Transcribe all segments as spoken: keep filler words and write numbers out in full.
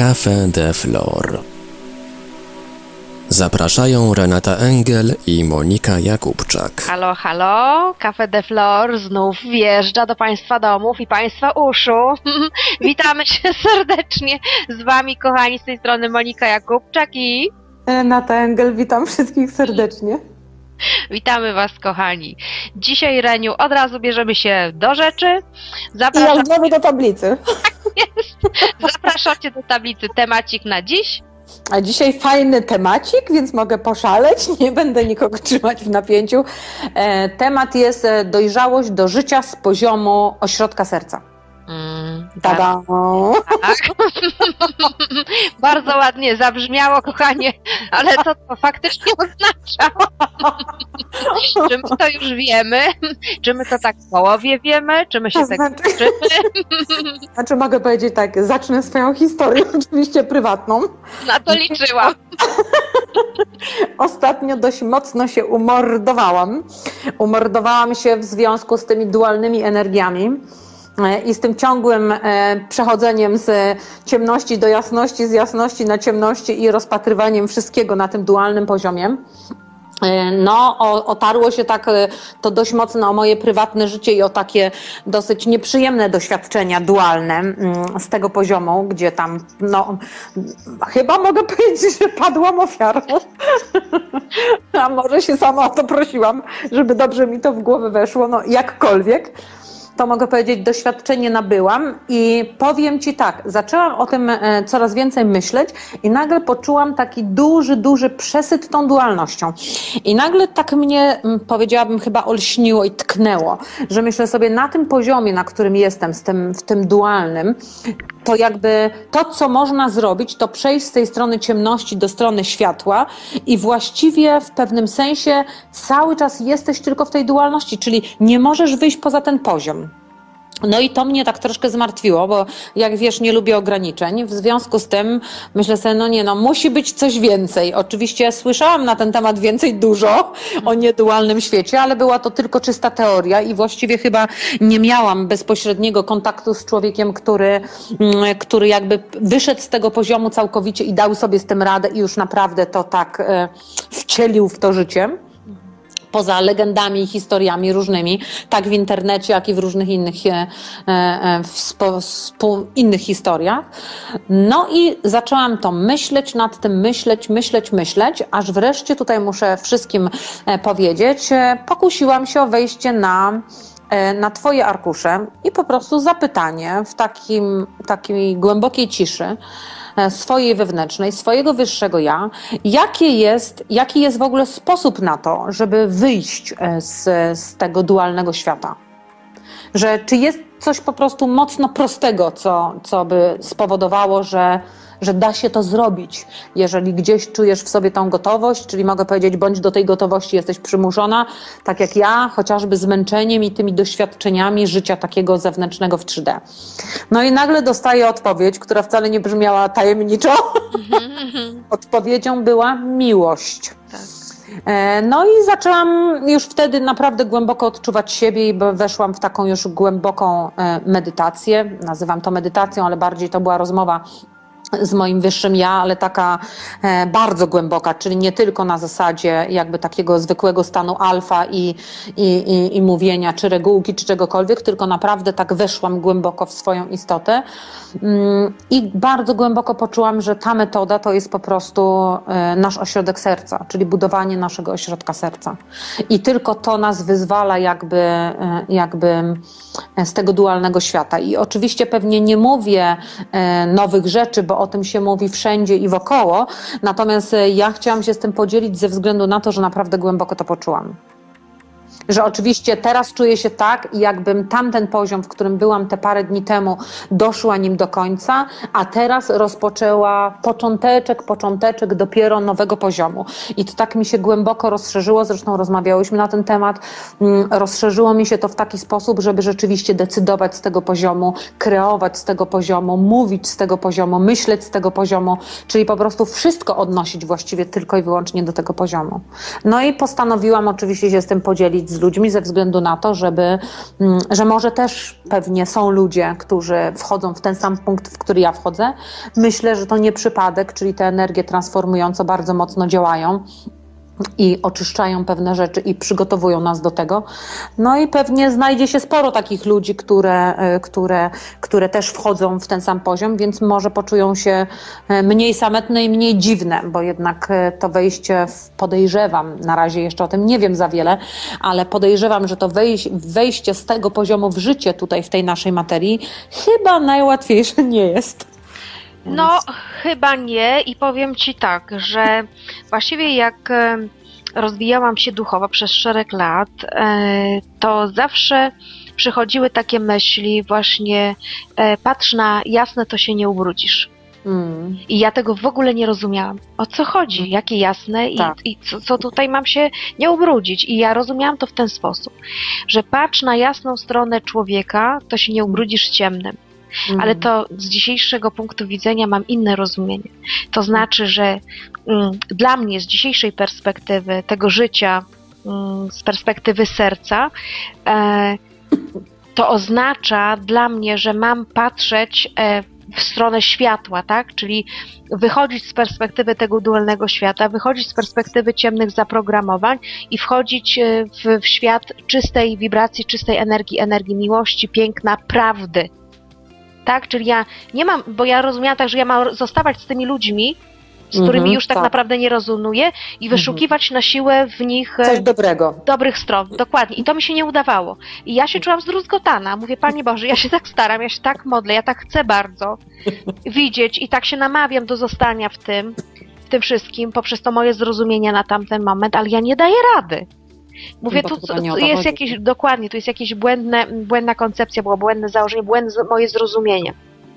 Café de Flor. Zapraszają Renata Engel i Monika Jakubczak. Halo, halo, Café de Flor znów wjeżdża do Państwa domów i Państwa uszu. Witamy się serdecznie z Wami, kochani, z tej strony Monika Jakubczak i... Renata Engel, witam wszystkich serdecznie. Witamy Was, kochani. Dzisiaj, Reniu, od razu bierzemy się do rzeczy. Zapraszam... I jazdzamy do tablicy. Tak jest. Zapraszacie do tablicy temacik na dziś. A dzisiaj fajny temacik, więc mogę poszaleć, nie będę nikogo trzymać w napięciu. E, temat jest dojrzałość do życia z poziomu ośrodka serca. Mm, Tada! Tak. Bardzo ładnie zabrzmiało, kochanie, ale co to faktycznie oznacza? Czy my to już wiemy? Czy my to tak w połowie wiemy? Czy my się tak znaczy... uczymy? Znaczy mogę powiedzieć tak, zacznę swoją historię, oczywiście prywatną. Na to liczyłam. Ostatnio dość mocno się umordowałam. Umordowałam się w związku z tymi dualnymi energiami i z tym ciągłym przechodzeniem z ciemności do jasności, z jasności na ciemności i rozpatrywaniem wszystkiego na tym dualnym poziomie. No, o, otarło się tak to dość mocno o moje prywatne życie i o takie dosyć nieprzyjemne doświadczenia dualne z tego poziomu, gdzie tam, no, chyba mogę powiedzieć, że padłam ofiarą. A może się sama o to prosiłam, żeby dobrze mi to w głowę weszło, no jakkolwiek. To mogę powiedzieć, doświadczenie nabyłam i powiem Ci tak, zaczęłam o tym coraz więcej myśleć i nagle poczułam taki duży, duży przesyt tą dualnością. I nagle tak mnie, powiedziałabym, chyba olśniło i tknęło, że myślę sobie na tym poziomie, na którym jestem, z tym, w tym dualnym, to jakby to, co można zrobić, to przejść z tej strony ciemności do strony światła i właściwie w pewnym sensie cały czas jesteś tylko w tej dualności, czyli nie możesz wyjść poza ten poziom. No i to mnie tak troszkę zmartwiło, bo jak wiesz, nie lubię ograniczeń. W związku z tym myślę sobie, no nie no, musi być coś więcej. Oczywiście słyszałam na ten temat więcej dużo o niedualnym świecie, ale była to tylko czysta teoria i właściwie chyba nie miałam bezpośredniego kontaktu z człowiekiem, który, który jakby wyszedł z tego poziomu całkowicie i dał sobie z tym radę i już naprawdę to tak e, wcielił w to życie. Poza legendami i historiami różnymi, tak w internecie, jak i w różnych innych, e, e, w spo, spo, innych historiach. No i zaczęłam to myśleć, nad tym myśleć, myśleć, myśleć, aż wreszcie tutaj muszę wszystkim e, powiedzieć, e, pokusiłam się o wejście na e, na Twoje arkusze i po prostu zapytanie w takim, takiej głębokiej ciszy, swojej wewnętrznej, swojego wyższego ja, jakie jest, jaki jest w ogóle sposób na to, żeby wyjść z, z tego dualnego świata. Że czy jest coś po prostu mocno prostego, co, co by spowodowało, że, że da się to zrobić. Jeżeli gdzieś czujesz w sobie tą gotowość, czyli mogę powiedzieć, bądź do tej gotowości jesteś przymuszona, tak jak ja, chociażby zmęczeniem i tymi doświadczeniami życia takiego zewnętrznego w trzy D. No i nagle dostaję odpowiedź, która wcale nie brzmiała tajemniczo. Odpowiedzią była miłość. Tak. No i zaczęłam już wtedy naprawdę głęboko odczuwać siebie i weszłam w taką już głęboką medytację. Nazywam to medytacją, ale bardziej to była rozmowa z moim wyższym ja, ale taka e, bardzo głęboka, czyli nie tylko na zasadzie jakby takiego zwykłego stanu alfa i, i, i, i mówienia, czy regułki, czy czegokolwiek, tylko naprawdę tak weszłam głęboko w swoją istotę mm, i bardzo głęboko poczułam, że ta metoda to jest po prostu e, nasz ośrodek serca, czyli budowanie naszego ośrodka serca. I tylko to nas wyzwala jakby, e, jakby z tego dualnego świata. I oczywiście pewnie nie mówię e, nowych rzeczy, bo o tym się mówi wszędzie i wokoło, natomiast ja chciałam się z tym podzielić ze względu na to, że naprawdę głęboko to poczułam. Że oczywiście teraz czuję się tak, jakbym tamten poziom, w którym byłam te parę dni temu, doszła nim do końca, a teraz rozpoczęła począteczek, począteczek dopiero nowego poziomu. I to tak mi się głęboko rozszerzyło, zresztą rozmawiałyśmy na ten temat, rozszerzyło mi się to w taki sposób, żeby rzeczywiście decydować z tego poziomu, kreować z tego poziomu, mówić z tego poziomu, myśleć z tego poziomu, czyli po prostu wszystko odnosić właściwie tylko i wyłącznie do tego poziomu. No i postanowiłam oczywiście się z tym podzielić chodzić z ludźmi ze względu na to, żeby, że może też pewnie są ludzie, którzy wchodzą w ten sam punkt, w który ja wchodzę. Myślę, że to nie przypadek, czyli te energie transformujące bardzo mocno działają i oczyszczają pewne rzeczy i przygotowują nas do tego. No i pewnie znajdzie się sporo takich ludzi, które, które, które też wchodzą w ten sam poziom, więc może poczują się mniej samotne i mniej dziwne, bo jednak to wejście, w, podejrzewam, na razie jeszcze o tym nie wiem za wiele, ale podejrzewam, że to wejś, wejście z tego poziomu w życie tutaj w tej naszej materii chyba najłatwiejsze nie jest. No, chyba nie i powiem Ci tak, że właściwie jak e, rozwijałam się duchowo przez szereg lat, e, to zawsze przychodziły takie myśli właśnie e, patrz na jasne, to się nie ubrudzisz. Mm. I ja tego w ogóle nie rozumiałam. O co chodzi? Jakie jasne i, Tak. i co, co tutaj mam się nie ubrudzić? I ja rozumiałam to w ten sposób, że patrz na jasną stronę człowieka, to się nie ubrudzisz ciemnym. Mm. Ale to z dzisiejszego punktu widzenia mam inne rozumienie. To znaczy, że mm, dla mnie z dzisiejszej perspektywy tego życia, mm, z perspektywy serca, e, to oznacza dla mnie, że mam patrzeć e, w stronę światła, tak? Czyli wychodzić z perspektywy tego dualnego świata, wychodzić z perspektywy ciemnych zaprogramowań i wchodzić w, w świat czystej wibracji, czystej energii, energii miłości, piękna, prawdy. Tak, czyli ja nie mam, bo ja rozumiałam tak, że ja mam zostawać z tymi ludźmi, z którymi Mhm, już tak, tak. naprawdę nie rezonuję i wyszukiwać na siłę w nich e, Coś dobrego. dobrych stron, dokładnie. I to mi się nie udawało. I ja się czułam zdruzgotana. Mówię, Panie Boże, ja się tak staram, ja się tak modlę, ja tak chcę bardzo widzieć i tak się namawiam do zostania w tym, w tym wszystkim, poprzez to moje zrozumienie na tamten moment, ale ja nie daję rady. Mówię, Bo tu, to chyba nie o tu to jest chodzi. jakieś, dokładnie, tu jest jakieś błędne, błędna koncepcja, było błędne założenie, błędne z- moje zrozumienie.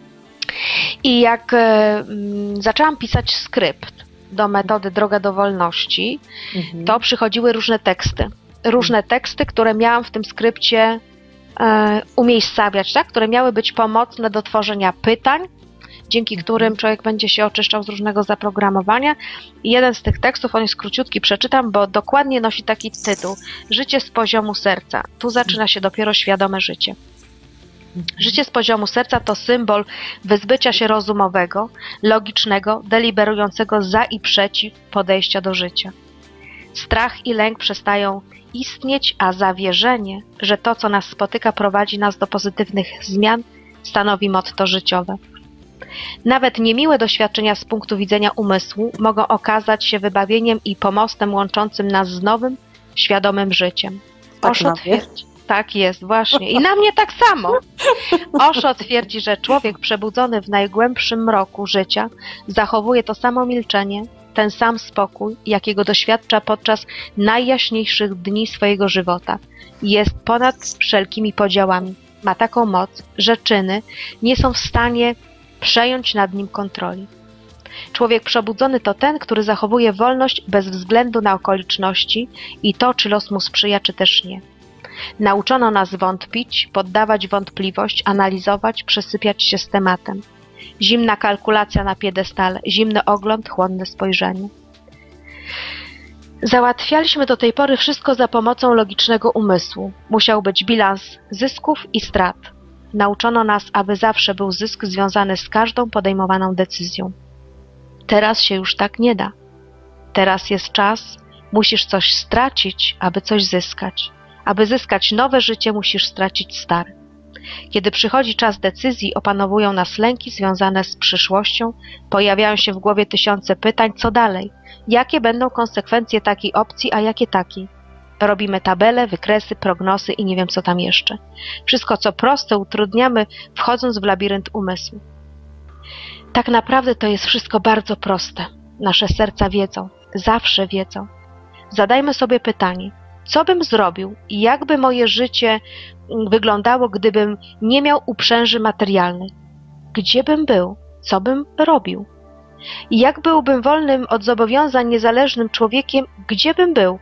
I jak e, mm, zaczęłam pisać skrypt do metody Droga do Wolności, Mhm. to przychodziły różne teksty. Różne teksty, które miałam w tym skrypcie e, umiejscawiać, tak? Które miały być pomocne do tworzenia pytań, dzięki którym człowiek będzie się oczyszczał z różnego zaprogramowania. I jeden z tych tekstów, on jest króciutki, przeczytam, bo dokładnie nosi taki tytuł. Życie z poziomu serca. Tu zaczyna się dopiero świadome życie. Życie z poziomu serca to symbol wyzbycia się rozumowego, logicznego, deliberującego za i przeciw podejścia do życia. Strach i lęk przestają istnieć, a zawierzenie, że to, co nas spotyka, prowadzi nas do pozytywnych zmian, stanowi motto życiowe. Nawet niemiłe doświadczenia z punktu widzenia umysłu mogą okazać się wybawieniem i pomostem łączącym nas z nowym, świadomym życiem. Tak Osho na mnie? twierdzi. Tak jest, właśnie. I na mnie tak samo. Osho twierdzi, że człowiek przebudzony w najgłębszym mroku życia zachowuje to samo milczenie, ten sam spokój, jakiego doświadcza podczas najjaśniejszych dni swojego żywota. Jest ponad wszelkimi podziałami. Ma taką moc, że czyny nie są w stanie przejąć nad nim kontroli. Człowiek przebudzony to ten, który zachowuje wolność bez względu na okoliczności i to, czy los mu sprzyja, czy też nie. Nauczono nas wątpić, poddawać wątpliwość, analizować, przesypiać się z tematem. Zimna kalkulacja na piedestale, zimny ogląd, chłodne spojrzenie. Załatwialiśmy do tej pory wszystko za pomocą logicznego umysłu. Musiał być bilans zysków i strat. Nauczono nas, aby zawsze był zysk związany z każdą podejmowaną decyzją. Teraz się już tak nie da. Teraz jest czas, musisz coś stracić, aby coś zyskać. Aby zyskać nowe życie, musisz stracić stare. Kiedy przychodzi czas decyzji, opanowują nas lęki związane z przyszłością, pojawiają się w głowie tysiące pytań, co dalej? Jakie będą konsekwencje takiej opcji, a jakie takiej? Robimy tabele, wykresy, prognozy i nie wiem co tam jeszcze. Wszystko co proste utrudniamy, wchodząc w labirynt umysłu. Tak naprawdę to jest wszystko bardzo proste. Nasze serca wiedzą, zawsze wiedzą. Zadajmy sobie pytanie, co bym zrobił i jakby moje życie wyglądało, gdybym nie miał uprzęży materialnej? Gdzie bym był? Co bym robił? I jak byłbym wolnym od zobowiązań, niezależnym człowiekiem? Gdzie bym był?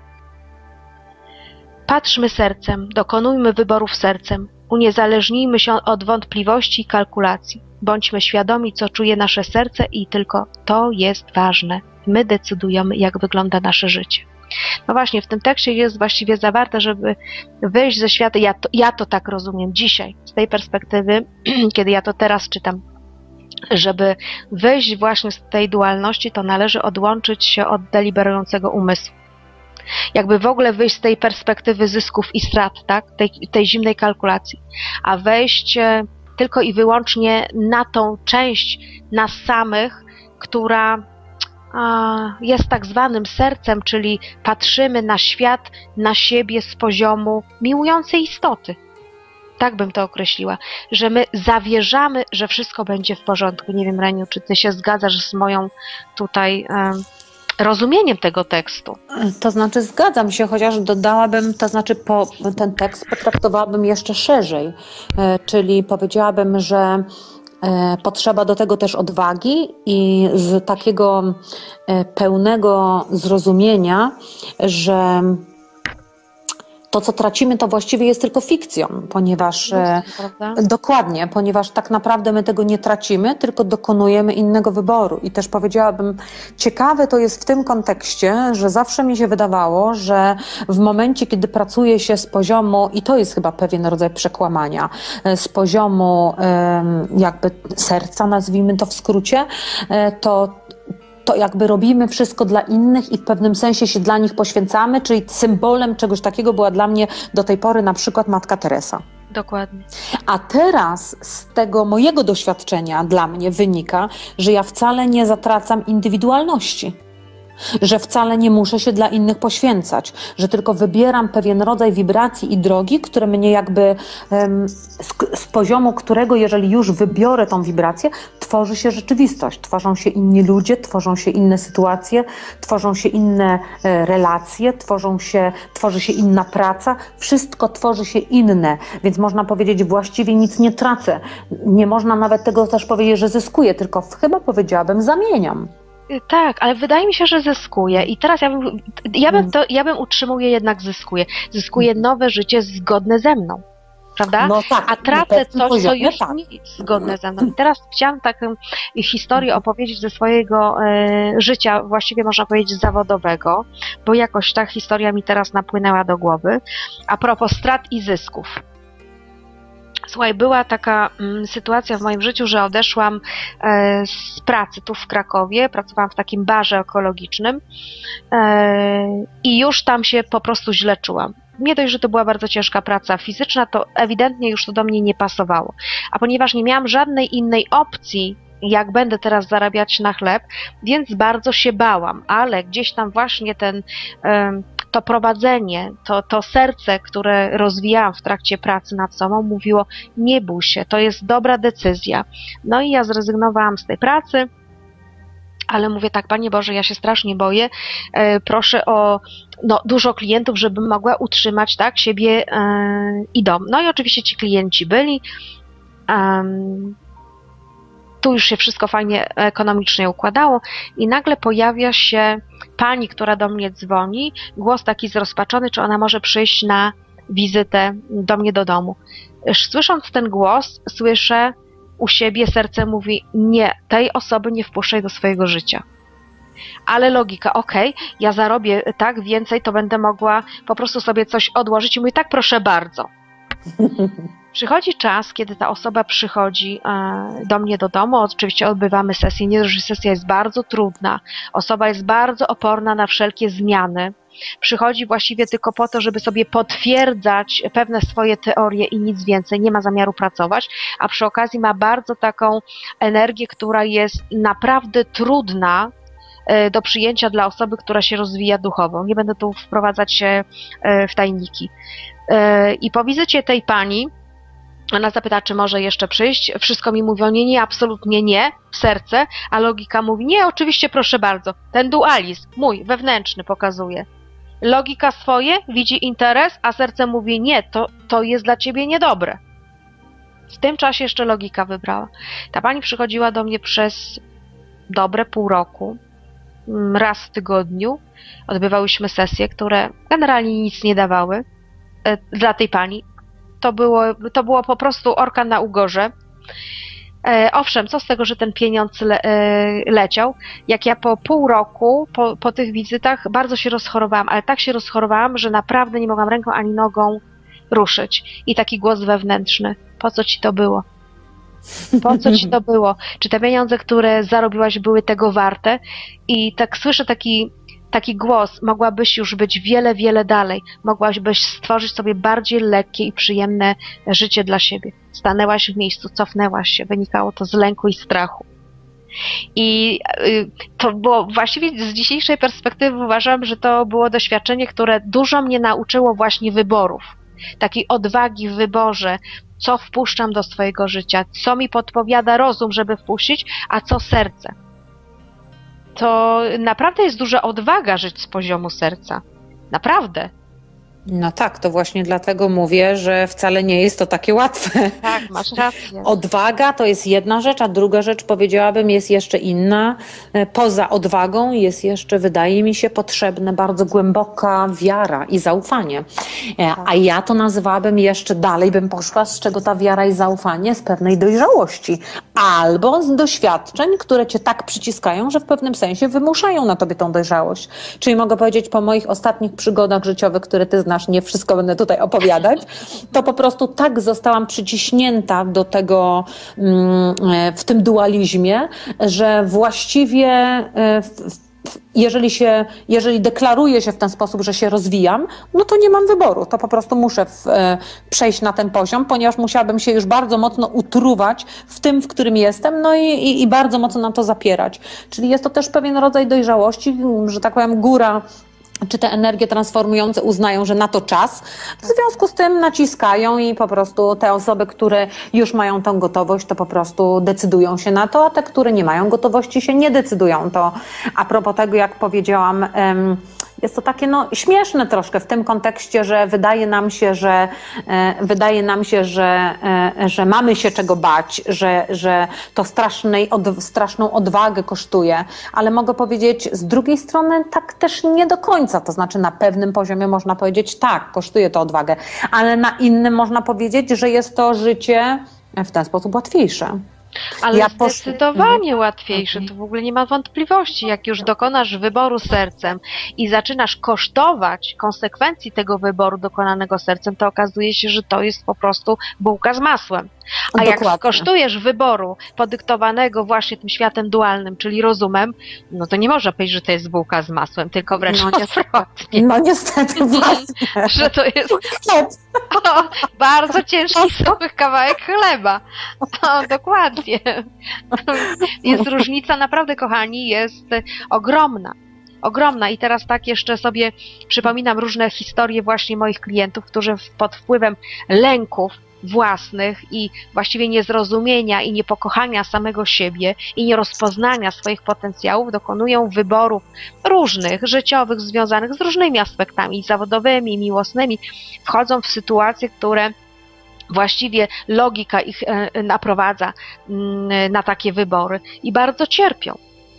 Patrzmy sercem, dokonujmy wyborów sercem, uniezależnijmy się od wątpliwości i kalkulacji. Bądźmy świadomi, co czuje nasze serce i tylko to jest ważne. My decydujemy, jak wygląda nasze życie. No właśnie, w tym tekście jest właściwie zawarte, żeby wyjść ze świata, ja to, ja to tak rozumiem dzisiaj, z tej perspektywy, kiedy ja to teraz czytam, żeby wyjść właśnie z tej dualności, to należy odłączyć się od deliberującego umysłu. Jakby w ogóle wyjść z tej perspektywy zysków i strat, tak? tej, tej zimnej kalkulacji, a wejść tylko i wyłącznie na tą część nas samych, która a, jest tak zwanym sercem, czyli patrzymy na świat, na siebie z poziomu miłującej istoty. Tak bym to określiła, że my zawierzamy, że wszystko będzie w porządku. Nie wiem, Reniu, czy ty się zgadzasz z moją tutaj um, rozumieniem tego tekstu? To znaczy zgadzam się, chociaż dodałabym, to znaczy po, ten tekst potraktowałabym jeszcze szerzej, e, czyli powiedziałabym, że e, potrzeba do tego też odwagi i z takiego e, pełnego zrozumienia, że to, co tracimy, to właściwie jest tylko fikcją, ponieważ e, dokładnie, ponieważ tak naprawdę my tego nie tracimy, tylko dokonujemy innego wyboru. I też powiedziałabym, ciekawe to jest w tym kontekście, że zawsze mi się wydawało, że w momencie, kiedy pracuje się z poziomu, i to jest chyba pewien rodzaj przekłamania, e, z poziomu e, jakby serca, nazwijmy to w skrócie, e, to to jakby robimy wszystko dla innych i w pewnym sensie się dla nich poświęcamy, czyli symbolem czegoś takiego była dla mnie do tej pory na przykład Matka Teresa. Dokładnie. A teraz z tego mojego doświadczenia dla mnie wynika, że ja wcale nie zatracam indywidualności. Że wcale nie muszę się dla innych poświęcać, że tylko wybieram pewien rodzaj wibracji i drogi, które mnie jakby um, z, z poziomu którego, jeżeli już wybiorę tą wibrację, tworzy się rzeczywistość, tworzą się inni ludzie, tworzą się inne sytuacje, tworzą się inne e, relacje, tworzą się, tworzy się inna praca, wszystko tworzy się inne, więc można powiedzieć, właściwie nic nie tracę. Nie można nawet tego też powiedzieć, że zyskuję, tylko chyba powiedziałabym, zamieniam. Tak, ale wydaje mi się, że zyskuje i teraz ja bym, ja bym, to, ja bym utrzymuję jednak zyskuje. Zyskuję nowe życie zgodne ze mną, prawda? No tak, a tracę coś, poziomie, co już tak. nie jest zgodne ze mną. I teraz chciałam taką historię opowiedzieć ze swojego e, życia, właściwie można powiedzieć zawodowego, bo jakoś ta historia mi teraz napłynęła do głowy. A propos strat i zysków. Słuchaj, była taka mm, sytuacja w moim życiu, że odeszłam e, z pracy tu w Krakowie, pracowałam w takim barze ekologicznym e, i już tam się po prostu źle czułam. Nie dość, że to była bardzo ciężka praca fizyczna, to ewidentnie już to do mnie nie pasowało. A ponieważ nie miałam żadnej innej opcji, jak będę teraz zarabiać na chleb, więc bardzo się bałam, ale gdzieś tam właśnie ten, to prowadzenie, to, to serce, które rozwijałam w trakcie pracy nad sobą, mówiło: nie bój się, to jest dobra decyzja. No i ja zrezygnowałam z tej pracy, ale mówię tak: Panie Boże, ja się strasznie boję, proszę o no, dużo klientów, żebym mogła utrzymać, tak, siebie i dom. No i oczywiście ci klienci byli. Um, Tu już się wszystko fajnie ekonomicznie układało i nagle pojawia się pani, która do mnie dzwoni, głos taki zrozpaczony, czy ona może przyjść na wizytę do mnie do domu. Słysząc ten głos, słyszę u siebie, serce mówi: nie, tej osoby nie wpuszczaj do swojego życia. Ale logika, okej, okay, ja zarobię tak więcej, to będę mogła po prostu sobie coś odłożyć i mówię: tak, proszę bardzo. Przychodzi czas, kiedy ta osoba przychodzi e, do mnie do domu. Oczywiście odbywamy sesję. Nie, że sesja jest bardzo trudna. Osoba jest bardzo oporna na wszelkie zmiany. Przychodzi właściwie tylko po to, żeby sobie potwierdzać pewne swoje teorie i nic więcej. Nie ma zamiaru pracować, a przy okazji ma bardzo taką energię, która jest naprawdę trudna e, do przyjęcia dla osoby, która się rozwija duchowo. Nie będę tu wprowadzać się e, w tajniki. E, I po wizycie tej pani ona zapyta, czy może jeszcze przyjść. Wszystko mi mówią: nie, nie, absolutnie nie, w serce, a logika mówi: nie, oczywiście, proszę bardzo. Ten dualizm, mój, wewnętrzny, pokazuje. Logika swoje, widzi interes, a serce mówi: nie, to, to jest dla ciebie niedobre. W tym czasie jeszcze logika wybrała. Ta pani przychodziła do mnie przez dobre pół roku, raz w tygodniu. Odbywałyśmy sesje, które generalnie nic nie dawały dla tej pani. To było, to było po prostu orka na ugorze. E, owszem, co z tego, że ten pieniądz le, e, leciał, jak ja po pół roku, po, po tych wizytach bardzo się rozchorowałam, ale tak się rozchorowałam, że naprawdę nie mogłam ręką ani nogą ruszyć. I taki głos wewnętrzny, po co ci to było? Po co ci to było? Czy te pieniądze, które zarobiłaś, były tego warte? I tak słyszę taki, taki głos, mogłabyś już być wiele, wiele dalej. Mogłabyś stworzyć sobie bardziej lekkie i przyjemne życie dla siebie. Stanęłaś w miejscu, cofnęłaś się. Wynikało to z lęku i strachu. I y, to było właściwie z dzisiejszej perspektywy uważam, że to było doświadczenie, które dużo mnie nauczyło właśnie wyborów. Takiej odwagi w wyborze, co wpuszczam do swojego życia, co mi podpowiada rozum, żeby wpuścić, a co serce. To naprawdę jest duża odwaga żyć z poziomu serca. Naprawdę. No tak, to właśnie dlatego mówię, że wcale nie jest to takie łatwe. Tak, masz rację. Odwaga to jest jedna rzecz, a druga rzecz, powiedziałabym, jest jeszcze inna. Poza odwagą jest jeszcze, wydaje mi się, potrzebna bardzo głęboka wiara i zaufanie. A ja to nazywałabym jeszcze dalej, bym poszła, z czego ta wiara i zaufanie? Z pewnej dojrzałości. Albo z doświadczeń, które cię tak przyciskają, że w pewnym sensie wymuszają na tobie tą dojrzałość. Czyli mogę powiedzieć, po moich ostatnich przygodach życiowych, które ty znasz, nie wszystko będę tutaj opowiadać, to po prostu tak zostałam przyciśnięta do tego w tym dualizmie, że właściwie jeżeli się, jeżeli deklaruję się w ten sposób, że się rozwijam, no to nie mam wyboru, to po prostu muszę w, przejść na ten poziom, ponieważ musiałabym się już bardzo mocno utruwać w tym, w którym jestem, no i, i, i bardzo mocno na to zapierać. Czyli jest to też pewien rodzaj dojrzałości, że tak powiem, góra czy te energie transformujące uznają, że na to czas. W związku z tym naciskają i po prostu te osoby, które już mają tą gotowość, to po prostu decydują się na to, a te, które nie mają gotowości, się nie decydują. To a propos tego, jak powiedziałam, jest to takie no, śmieszne troszkę w tym kontekście, że wydaje nam się, że wydaje nam się, że, że mamy się czego bać, że, że to strasznej, od, straszną odwagę kosztuje, ale mogę powiedzieć z drugiej strony tak też nie do końca, to znaczy na pewnym poziomie można powiedzieć tak, kosztuje to odwagę, ale na innym można powiedzieć, że jest to życie w ten sposób łatwiejsze. Ale ja zdecydowanie posz... łatwiejsze, to w ogóle nie ma wątpliwości. Jak już dokonasz wyboru sercem i zaczynasz kosztować konsekwencji tego wyboru dokonanego sercem, to okazuje się, że to jest po prostu bułka z masłem. A Dokładnie. Jak skosztujesz wyboru podyktowanego właśnie tym światem dualnym, czyli rozumem, no to nie można powiedzieć, że to jest bułka z masłem, tylko wręcz no odwrotnie. No niestety właśnie. Że to jest o, bardzo ciężki, suchy kawałek chleba. No, dokładnie. Jest różnica, naprawdę, kochani, jest ogromna. Ogromna. I teraz tak jeszcze sobie przypominam różne historie właśnie moich klientów, którzy pod wpływem lęków własnych i właściwie niezrozumienia i niepokochania samego siebie i nierozpoznania swoich potencjałów dokonują wyborów różnych, życiowych, związanych z różnymi aspektami zawodowymi, miłosnymi. Wchodzą w sytuacje, które właściwie logika ich naprowadza na takie wybory i bardzo cierpią.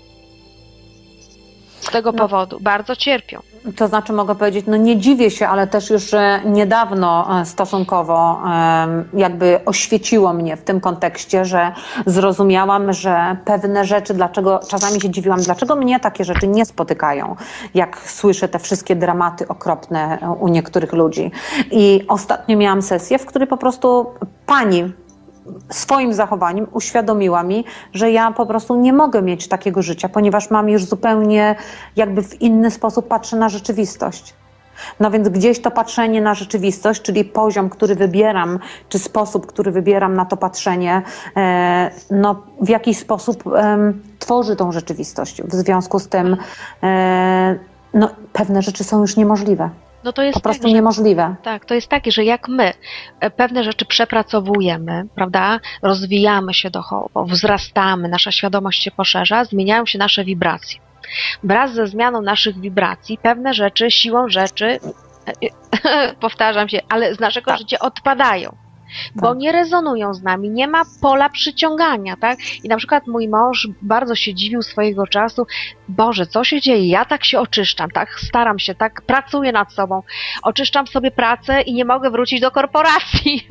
Z tego no. powodu bardzo cierpią. To znaczy mogę powiedzieć, no nie dziwię się, ale też już niedawno stosunkowo jakby oświeciło mnie w tym kontekście, że zrozumiałam, że pewne rzeczy, dlaczego czasami się dziwiłam, dlaczego mnie takie rzeczy nie spotykają, jak słyszę te wszystkie dramaty okropne u niektórych ludzi. I ostatnio miałam sesję, w której po prostu pani swoim zachowaniem uświadomiła mi, że ja po prostu nie mogę mieć takiego życia, ponieważ mam już zupełnie jakby w inny sposób patrzę na rzeczywistość. No więc gdzieś to patrzenie na rzeczywistość, czyli poziom, który wybieram, czy sposób, który wybieram na to patrzenie, e, no w jakiś sposób e, tworzy tą rzeczywistość. W związku z tym e, no, pewne rzeczy są już niemożliwe. No to jest po prostu tak, że, niemożliwe. Tak, to jest takie, że jak my pewne rzeczy przepracowujemy, prawda, rozwijamy się duchowo, wzrastamy, nasza świadomość się poszerza, zmieniają się nasze wibracje. Wraz ze zmianą naszych wibracji pewne rzeczy siłą rzeczy, powtarzam się, ale z naszego tak. życia odpadają. bo Tak. nie rezonują z nami, nie ma pola przyciągania, tak? I na przykład mój mąż bardzo się dziwił swojego czasu, Boże, co się dzieje? Ja tak się oczyszczam, tak staram się, tak pracuję nad sobą, oczyszczam sobie pracę i nie mogę wrócić do korporacji.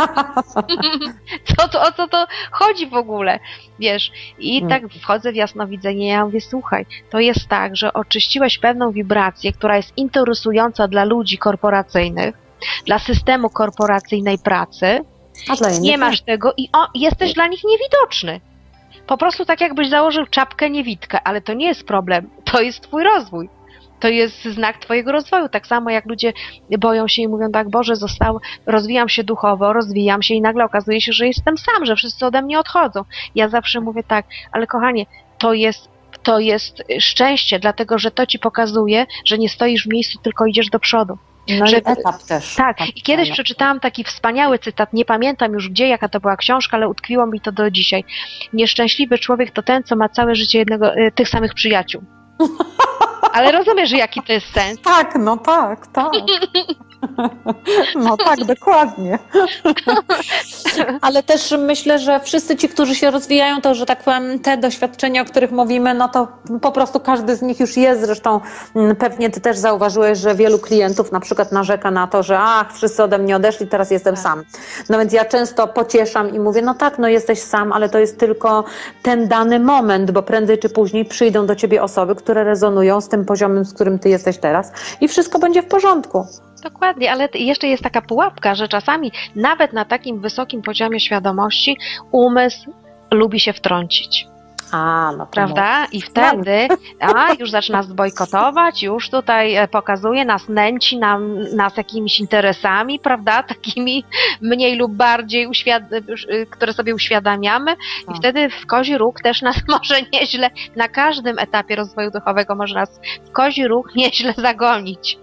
co to, o co to chodzi w ogóle? Wiesz, i tak wchodzę w jasnowidzenie, ja mówię, słuchaj, to jest tak, że oczyściłeś pewną wibrację, która jest interesująca dla ludzi korporacyjnych, dla systemu korporacyjnej pracy, A dla innych nie masz tego i o, jesteś dla nich niewidoczny. Po prostu tak jakbyś założył czapkę niewidkę, ale to nie jest problem, to jest twój rozwój. To jest znak twojego rozwoju. Tak samo jak ludzie boją się i mówią tak, Boże, został, rozwijam się duchowo, rozwijam się i nagle okazuje się, że jestem sam, że wszyscy ode mnie odchodzą. Ja zawsze mówię tak, ale kochanie, to jest, to jest szczęście, dlatego że to ci pokazuje, że nie stoisz w miejscu, tylko idziesz do przodu. No że, i etap też. Tak, i kiedyś ale... przeczytałam taki wspaniały cytat, nie pamiętam już gdzie, jaka to była książka, ale utkwiło mi to do dzisiaj. Nieszczęśliwy człowiek to ten, co ma całe życie jednego, y, tych samych przyjaciół. Ale rozumiesz, jaki to jest sens? Tak, no tak, tak. No tak, dokładnie. Ale też myślę, że wszyscy ci, którzy się rozwijają, to, że tak powiem, te doświadczenia, o których mówimy, no to po prostu każdy z nich już jest. Zresztą pewnie ty też zauważyłeś, że wielu klientów na przykład narzeka na to, że ach, wszyscy ode mnie odeszli, teraz jestem Tak. sam. No więc ja często pocieszam i mówię, no tak, no jesteś sam, ale to jest tylko ten dany moment, bo prędzej czy później przyjdą do ciebie osoby, które rezonują z tym poziomem, z którym ty jesteś teraz i wszystko będzie w porządku. Dokładnie, ale jeszcze jest taka pułapka, że czasami nawet na takim wysokim poziomie świadomości umysł lubi się wtrącić. A, no to Prawda? I wtedy a, już zaczyna nas bojkotować, już tutaj e, pokazuje, nas nęci nam, nas jakimiś interesami, prawda? Takimi mniej lub bardziej, uświad- y, które sobie uświadamiamy. Tak. I wtedy w kozi róg też nas może nieźle, na każdym etapie rozwoju duchowego może nas w kozi róg nieźle zagonić.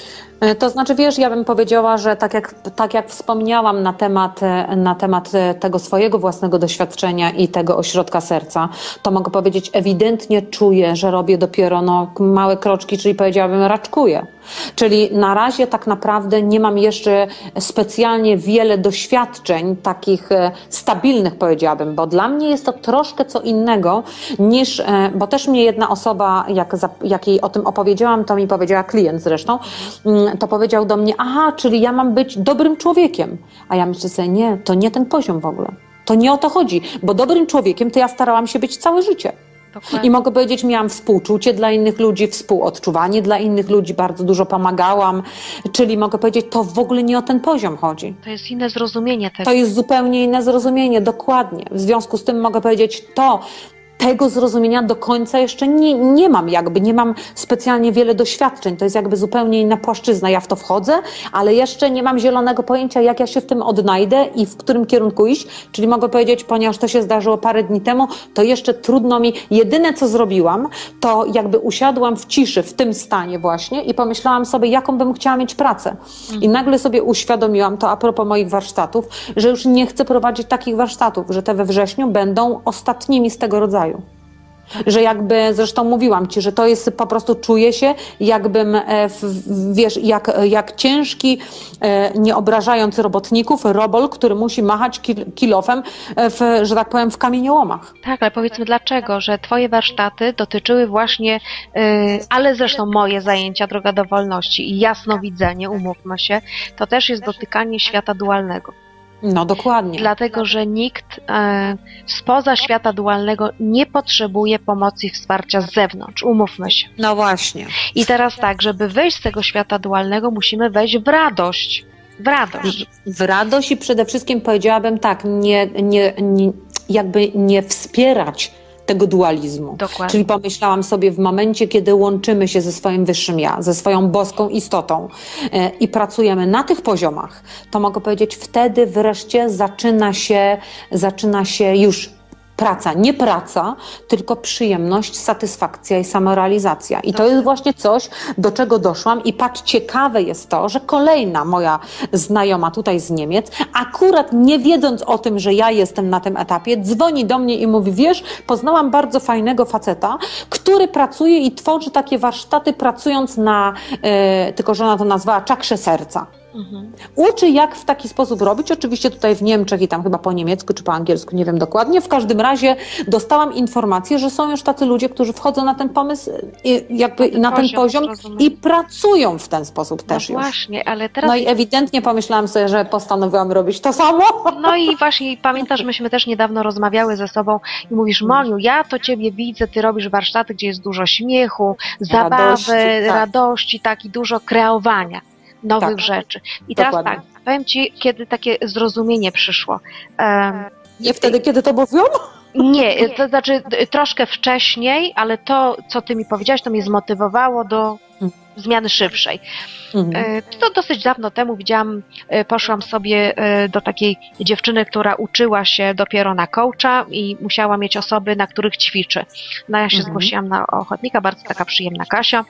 To znaczy, wiesz, ja bym powiedziała, że tak jak, tak jak wspomniałam na temat, na temat tego swojego własnego doświadczenia i tego ośrodka serca, to mogę powiedzieć, ewidentnie czuję, że robię dopiero no, małe kroczki, czyli powiedziałabym raczkuję. Czyli na razie tak naprawdę nie mam jeszcze specjalnie wiele doświadczeń takich stabilnych, powiedziałabym, bo dla mnie jest to troszkę co innego niż, bo też mnie jedna osoba, jak, jak jej o tym opowiedziałam, to mi powiedziała klient zresztą, to powiedział do mnie, aha, czyli ja mam być dobrym człowiekiem. A ja myślę sobie, nie, to nie ten poziom w ogóle. To nie o to chodzi, bo dobrym człowiekiem to ja starałam się być całe życie. Dokładnie. I mogę powiedzieć, miałam współczucie dla innych ludzi, współodczuwanie dla innych ludzi, bardzo dużo pomagałam, czyli mogę powiedzieć, to w ogóle nie o ten poziom chodzi. To jest inne zrozumienie tego. To jest zupełnie inne zrozumienie, dokładnie. W związku z tym mogę powiedzieć, to tego zrozumienia do końca jeszcze nie, nie mam, jakby nie mam specjalnie wiele doświadczeń, to jest jakby zupełnie inna płaszczyzna, ja w to wchodzę, ale jeszcze nie mam zielonego pojęcia, jak ja się w tym odnajdę i w którym kierunku iść, czyli mogę powiedzieć, ponieważ to się zdarzyło parę dni temu, to jeszcze trudno mi, jedyne co zrobiłam, to jakby usiadłam w ciszy, w tym stanie właśnie i pomyślałam sobie, jaką bym chciała mieć pracę. I nagle sobie uświadomiłam to a propos moich warsztatów, że już nie chcę prowadzić takich warsztatów, że te we wrześniu będą ostatnimi z tego rodzaju. Że jakby, zresztą mówiłam ci, że to jest po prostu, czuję się jakbym, wiesz, jak, jak ciężki, nie obrażając robotników, robol, który musi machać kilofem, w, że tak powiem, w kamieniołomach. Tak, ale powiedzmy dlaczego, że twoje warsztaty dotyczyły właśnie, yy, ale zresztą moje zajęcia Droga do Wolności i jasnowidzenie, umówmy się, to też jest dotykanie świata dualnego. No dokładnie. Dlatego, że nikt e, spoza świata dualnego nie potrzebuje pomocy i wsparcia z zewnątrz, umówmy się. No właśnie. I teraz tak, żeby wyjść z tego świata dualnego, musimy wejść w radość. W radość. W radość i przede wszystkim powiedziałabym tak, nie, nie, nie, jakby nie wspierać tego dualizmu. Dokładnie. Czyli pomyślałam sobie w momencie, kiedy łączymy się ze swoim wyższym ja, ze swoją boską istotą e, i pracujemy na tych poziomach, to mogę powiedzieć, wtedy wreszcie zaczyna się, zaczyna się już praca, nie praca, tylko przyjemność, satysfakcja i samorealizacja. I to jest właśnie coś, do czego doszłam i patrz, ciekawe jest to, że kolejna moja znajoma tutaj z Niemiec, akurat nie wiedząc o tym, że ja jestem na tym etapie, dzwoni do mnie i mówi, wiesz, poznałam bardzo fajnego faceta, który pracuje i tworzy takie warsztaty pracując na, yy, tylko że ona to nazwała czakrze serca. Mhm. Uczy, jak w taki sposób robić. Oczywiście tutaj w Niemczech i tam chyba po niemiecku czy po angielsku, nie wiem dokładnie. W każdym razie dostałam informację, że są już tacy ludzie, którzy wchodzą na ten pomysł, jakby na ten poziom i pracują w ten sposób też no już. Właśnie, ale teraz... No i ewidentnie pomyślałam sobie, że postanowiłam robić to samo. No i właśnie pamiętasz, myśmy też niedawno rozmawiały ze sobą i mówisz, Moniu, ja to ciebie widzę, ty robisz warsztaty, gdzie jest dużo śmiechu, zabawy, Radości, tak. radości, tak, i dużo kreowania nowych Tak. rzeczy. I Dokładnie. teraz tak, powiem ci, kiedy takie zrozumienie przyszło. Um, Nie wtedy, kiedy to mówią? nie, to znaczy d- troszkę wcześniej, ale to, co ty mi powiedziałaś, to mnie zmotywowało do zmiany szybszej. Mhm. E, To dosyć dawno temu widziałam, e, poszłam sobie e, do takiej dziewczyny, która uczyła się dopiero na coacha i musiała mieć osoby, na których ćwiczy. No ja się Mhm. zgłosiłam na ochotnika, bardzo taka przyjemna Kasia.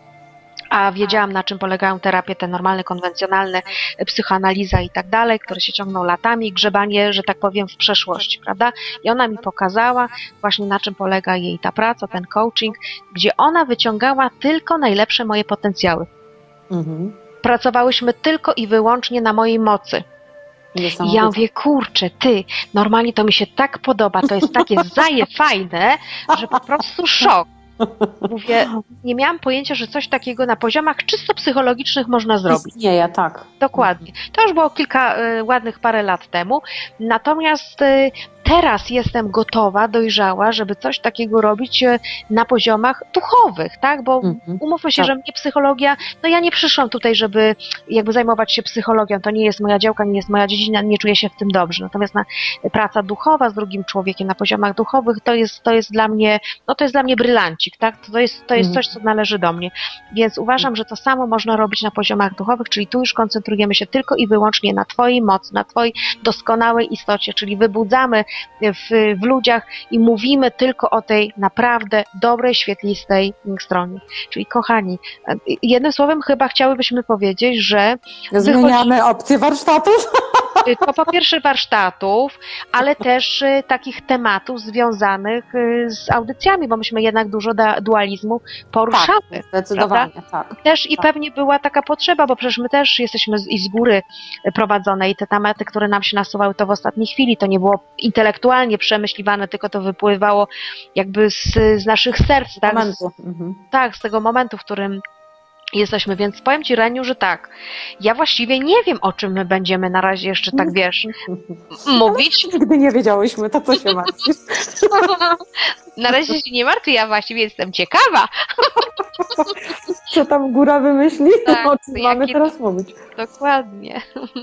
A wiedziałam, na czym polegają terapie te normalne, konwencjonalne, e, psychoanaliza i tak dalej, które się ciągną latami, grzebanie, że tak powiem, w przeszłości, prawda? I ona mi pokazała właśnie, na czym polega jej ta praca, ten coaching, gdzie ona wyciągała tylko najlepsze moje potencjały. Mhm. Pracowałyśmy tylko i wyłącznie na mojej mocy. I Niesamowite. ja mówię, kurczę, ty, normalnie to mi się tak podoba, to jest takie zaje fajne, że po prostu szok. Mówię, nie miałam pojęcia, że coś takiego na poziomach czysto psychologicznych można zrobić. Istnieje, tak. Dokładnie. To już było kilka y, ładnych parę lat temu. Natomiast y, teraz jestem gotowa, dojrzała, żeby coś takiego robić y, na poziomach duchowych, tak? Bo Mhm. umówmy się, Tak. że mnie psychologia, no ja nie przyszłam tutaj, żeby jakby zajmować się psychologią. To nie jest moja działka, nie jest moja dziedzina, nie czuję się w tym dobrze. Natomiast na, praca duchowa z drugim człowiekiem na poziomach duchowych, to jest, to jest dla mnie, no to jest dla mnie brylancik, tak? To jest, to jest Mhm. coś, co należy do mnie. Więc uważam, że to samo można robić na poziomach duchowych, czyli tu już koncentrujemy się tylko i wyłącznie na Twojej mocy, na Twojej doskonałej istocie, czyli wybudzamy w, w ludziach i mówimy tylko o tej naprawdę dobrej, świetlistej stronie. Czyli kochani, jednym słowem chyba chciałybyśmy powiedzieć, że Zmieniamy opcję warsztatów. to po pierwsze warsztatów, ale też y, takich tematów związanych y, z audycjami, bo myśmy jednak dużo da, dualizmu poruszały. Tak, zdecydowanie, tak. Też i Tak. pewnie była taka potrzeba, bo przecież my też jesteśmy z, i z góry prowadzone i te tematy, które nam się nasuwały, to w ostatniej chwili, to nie było intelektualnie przemyśliwane, tylko to wypływało jakby z, z naszych serc, tak? Z, Momentu. Mhm. tak, z tego momentu, w którym jesteśmy, więc powiem Ci, Reniu, że tak, ja właściwie nie wiem, o czym my będziemy na razie jeszcze, tak wiesz, mówić. Nigdy nie wiedziałyśmy, to co się martwisz. Na razie się nie martwię, ja właściwie jestem ciekawa. Co tam góra wymyśli? Tak, O czym mamy jakie teraz mówić? Dokładnie.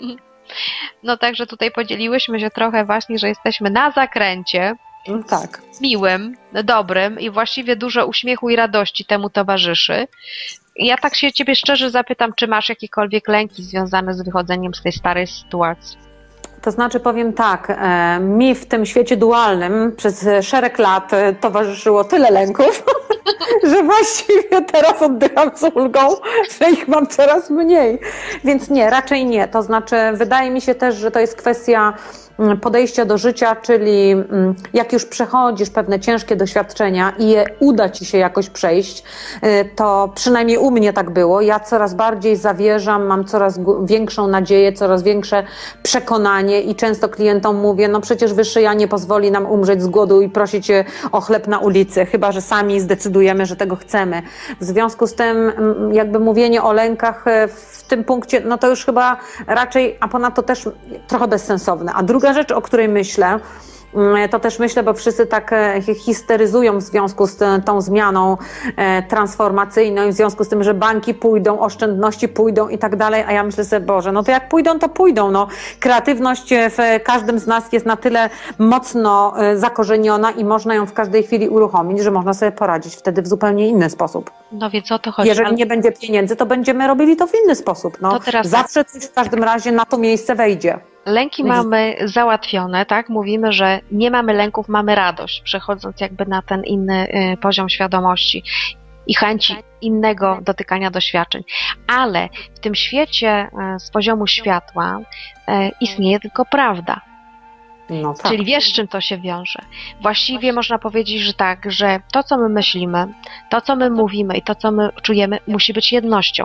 No także tutaj podzieliłyśmy się trochę właśnie, że jesteśmy na zakręcie, No tak. miłym, dobrym i właściwie dużo uśmiechu i radości temu towarzyszy. Ja tak się Ciebie szczerze zapytam, czy masz jakiekolwiek lęki związane z wychodzeniem z tej starej sytuacji? To znaczy powiem tak, e, mi w tym świecie dualnym przez szereg lat e, towarzyszyło tyle lęków, że właściwie teraz oddycham z ulgą, że ich mam coraz mniej. Więc nie, raczej nie. To znaczy wydaje mi się też, że to jest kwestia mm, podejścia do życia, czyli mm, jak już przechodzisz pewne ciężkie doświadczenia i je uda Ci się jakoś przejść, y, to przynajmniej u mnie tak było. Ja coraz bardziej zawierzam, mam coraz gó- większą nadzieję, coraz większe przekonanie i często klientom mówię, no przecież wyższy ja nie pozwoli nam umrzeć z głodu i prosić o chleb na ulicy, chyba że sami zdecydujemy, że tego chcemy. W związku z tym mm, jakby mówienie o lękach e, w tym punkcie, no to już chyba raczej, a ponadto też trochę bezsensowne. A druga rzecz, o której myślę, mm, to też myślę, bo wszyscy tak e, histeryzują w związku z te- tą zmianą e, transformacyjną i w związku z tym, że banki pójdą, oszczędności pójdą i tak dalej, a ja myślę sobie, Boże, no to jak pójdą, to pójdą. No, kreatywność w każdym z nas jest na tyle mocno e, zakorzeniona i można ją w każdej chwili uruchomić, że można sobie poradzić wtedy w zupełnie inny sposób. No więc o to chodzi. Jeżeli ale- nie będzie pieniędzy, to będziemy robili to w inny sposób. No, To teraz zawsze coś w każdym razie na to miejsce wejdzie. Lęki Mhm. mamy załatwione, tak? Mówimy, że nie mamy lęków, mamy radość, przechodząc jakby na ten inny y, poziom świadomości i chęci innego dotykania doświadczeń. Ale w tym świecie y, z poziomu światła y, istnieje tylko prawda. No tak. Czyli wiesz, z czym to się wiąże. Właściwie można powiedzieć, że tak, że to, co my myślimy, to, co my mówimy i to, co my czujemy, musi być jednością.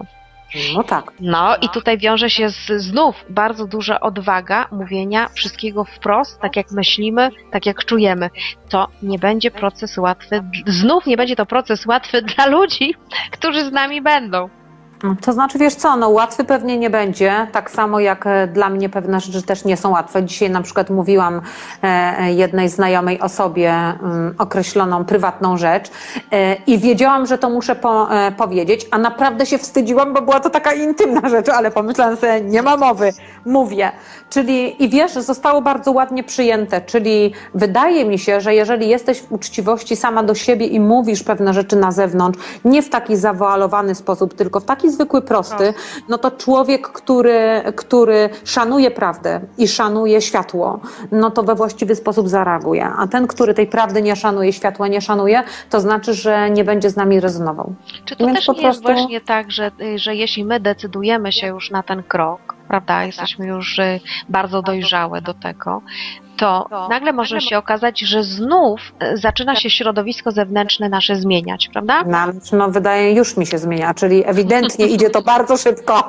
No tak. No i tutaj wiąże się z, znów bardzo duża odwaga mówienia wszystkiego wprost, tak jak myślimy, tak jak czujemy. To nie będzie proces łatwy, znów nie będzie to proces łatwy dla ludzi, którzy z nami będą. To znaczy, wiesz co, no łatwy pewnie nie będzie, tak samo jak dla mnie pewne rzeczy też nie są łatwe. Dzisiaj na przykład mówiłam jednej znajomej osobie określoną prywatną rzecz i wiedziałam, że to muszę po, powiedzieć, a naprawdę się wstydziłam, bo była to taka intymna rzecz, ale pomyślałam sobie, nie ma mowy, mówię. Czyli i wiesz, zostało bardzo ładnie przyjęte, czyli wydaje mi się, że jeżeli jesteś w uczciwości sama do siebie i mówisz pewne rzeczy na zewnątrz, nie w taki zawoalowany sposób, tylko w taki zwykły, prosty, no to człowiek, który, który szanuje prawdę i szanuje światło, no to we właściwy sposób zareaguje. A ten, który tej prawdy nie szanuje, światła nie szanuje, to znaczy, że nie będzie z nami rezonował. Czy to Więc też po nie prostu... jest właśnie tak, że, że jeśli my decydujemy się już na ten krok, prawda, jesteśmy już y, bardzo dojrzałe do tego, to nagle może się okazać, że znów y, zaczyna się środowisko zewnętrzne nasze zmieniać, prawda? No, no wydaje, już mi się zmienia, czyli ewidentnie idzie to bardzo szybko.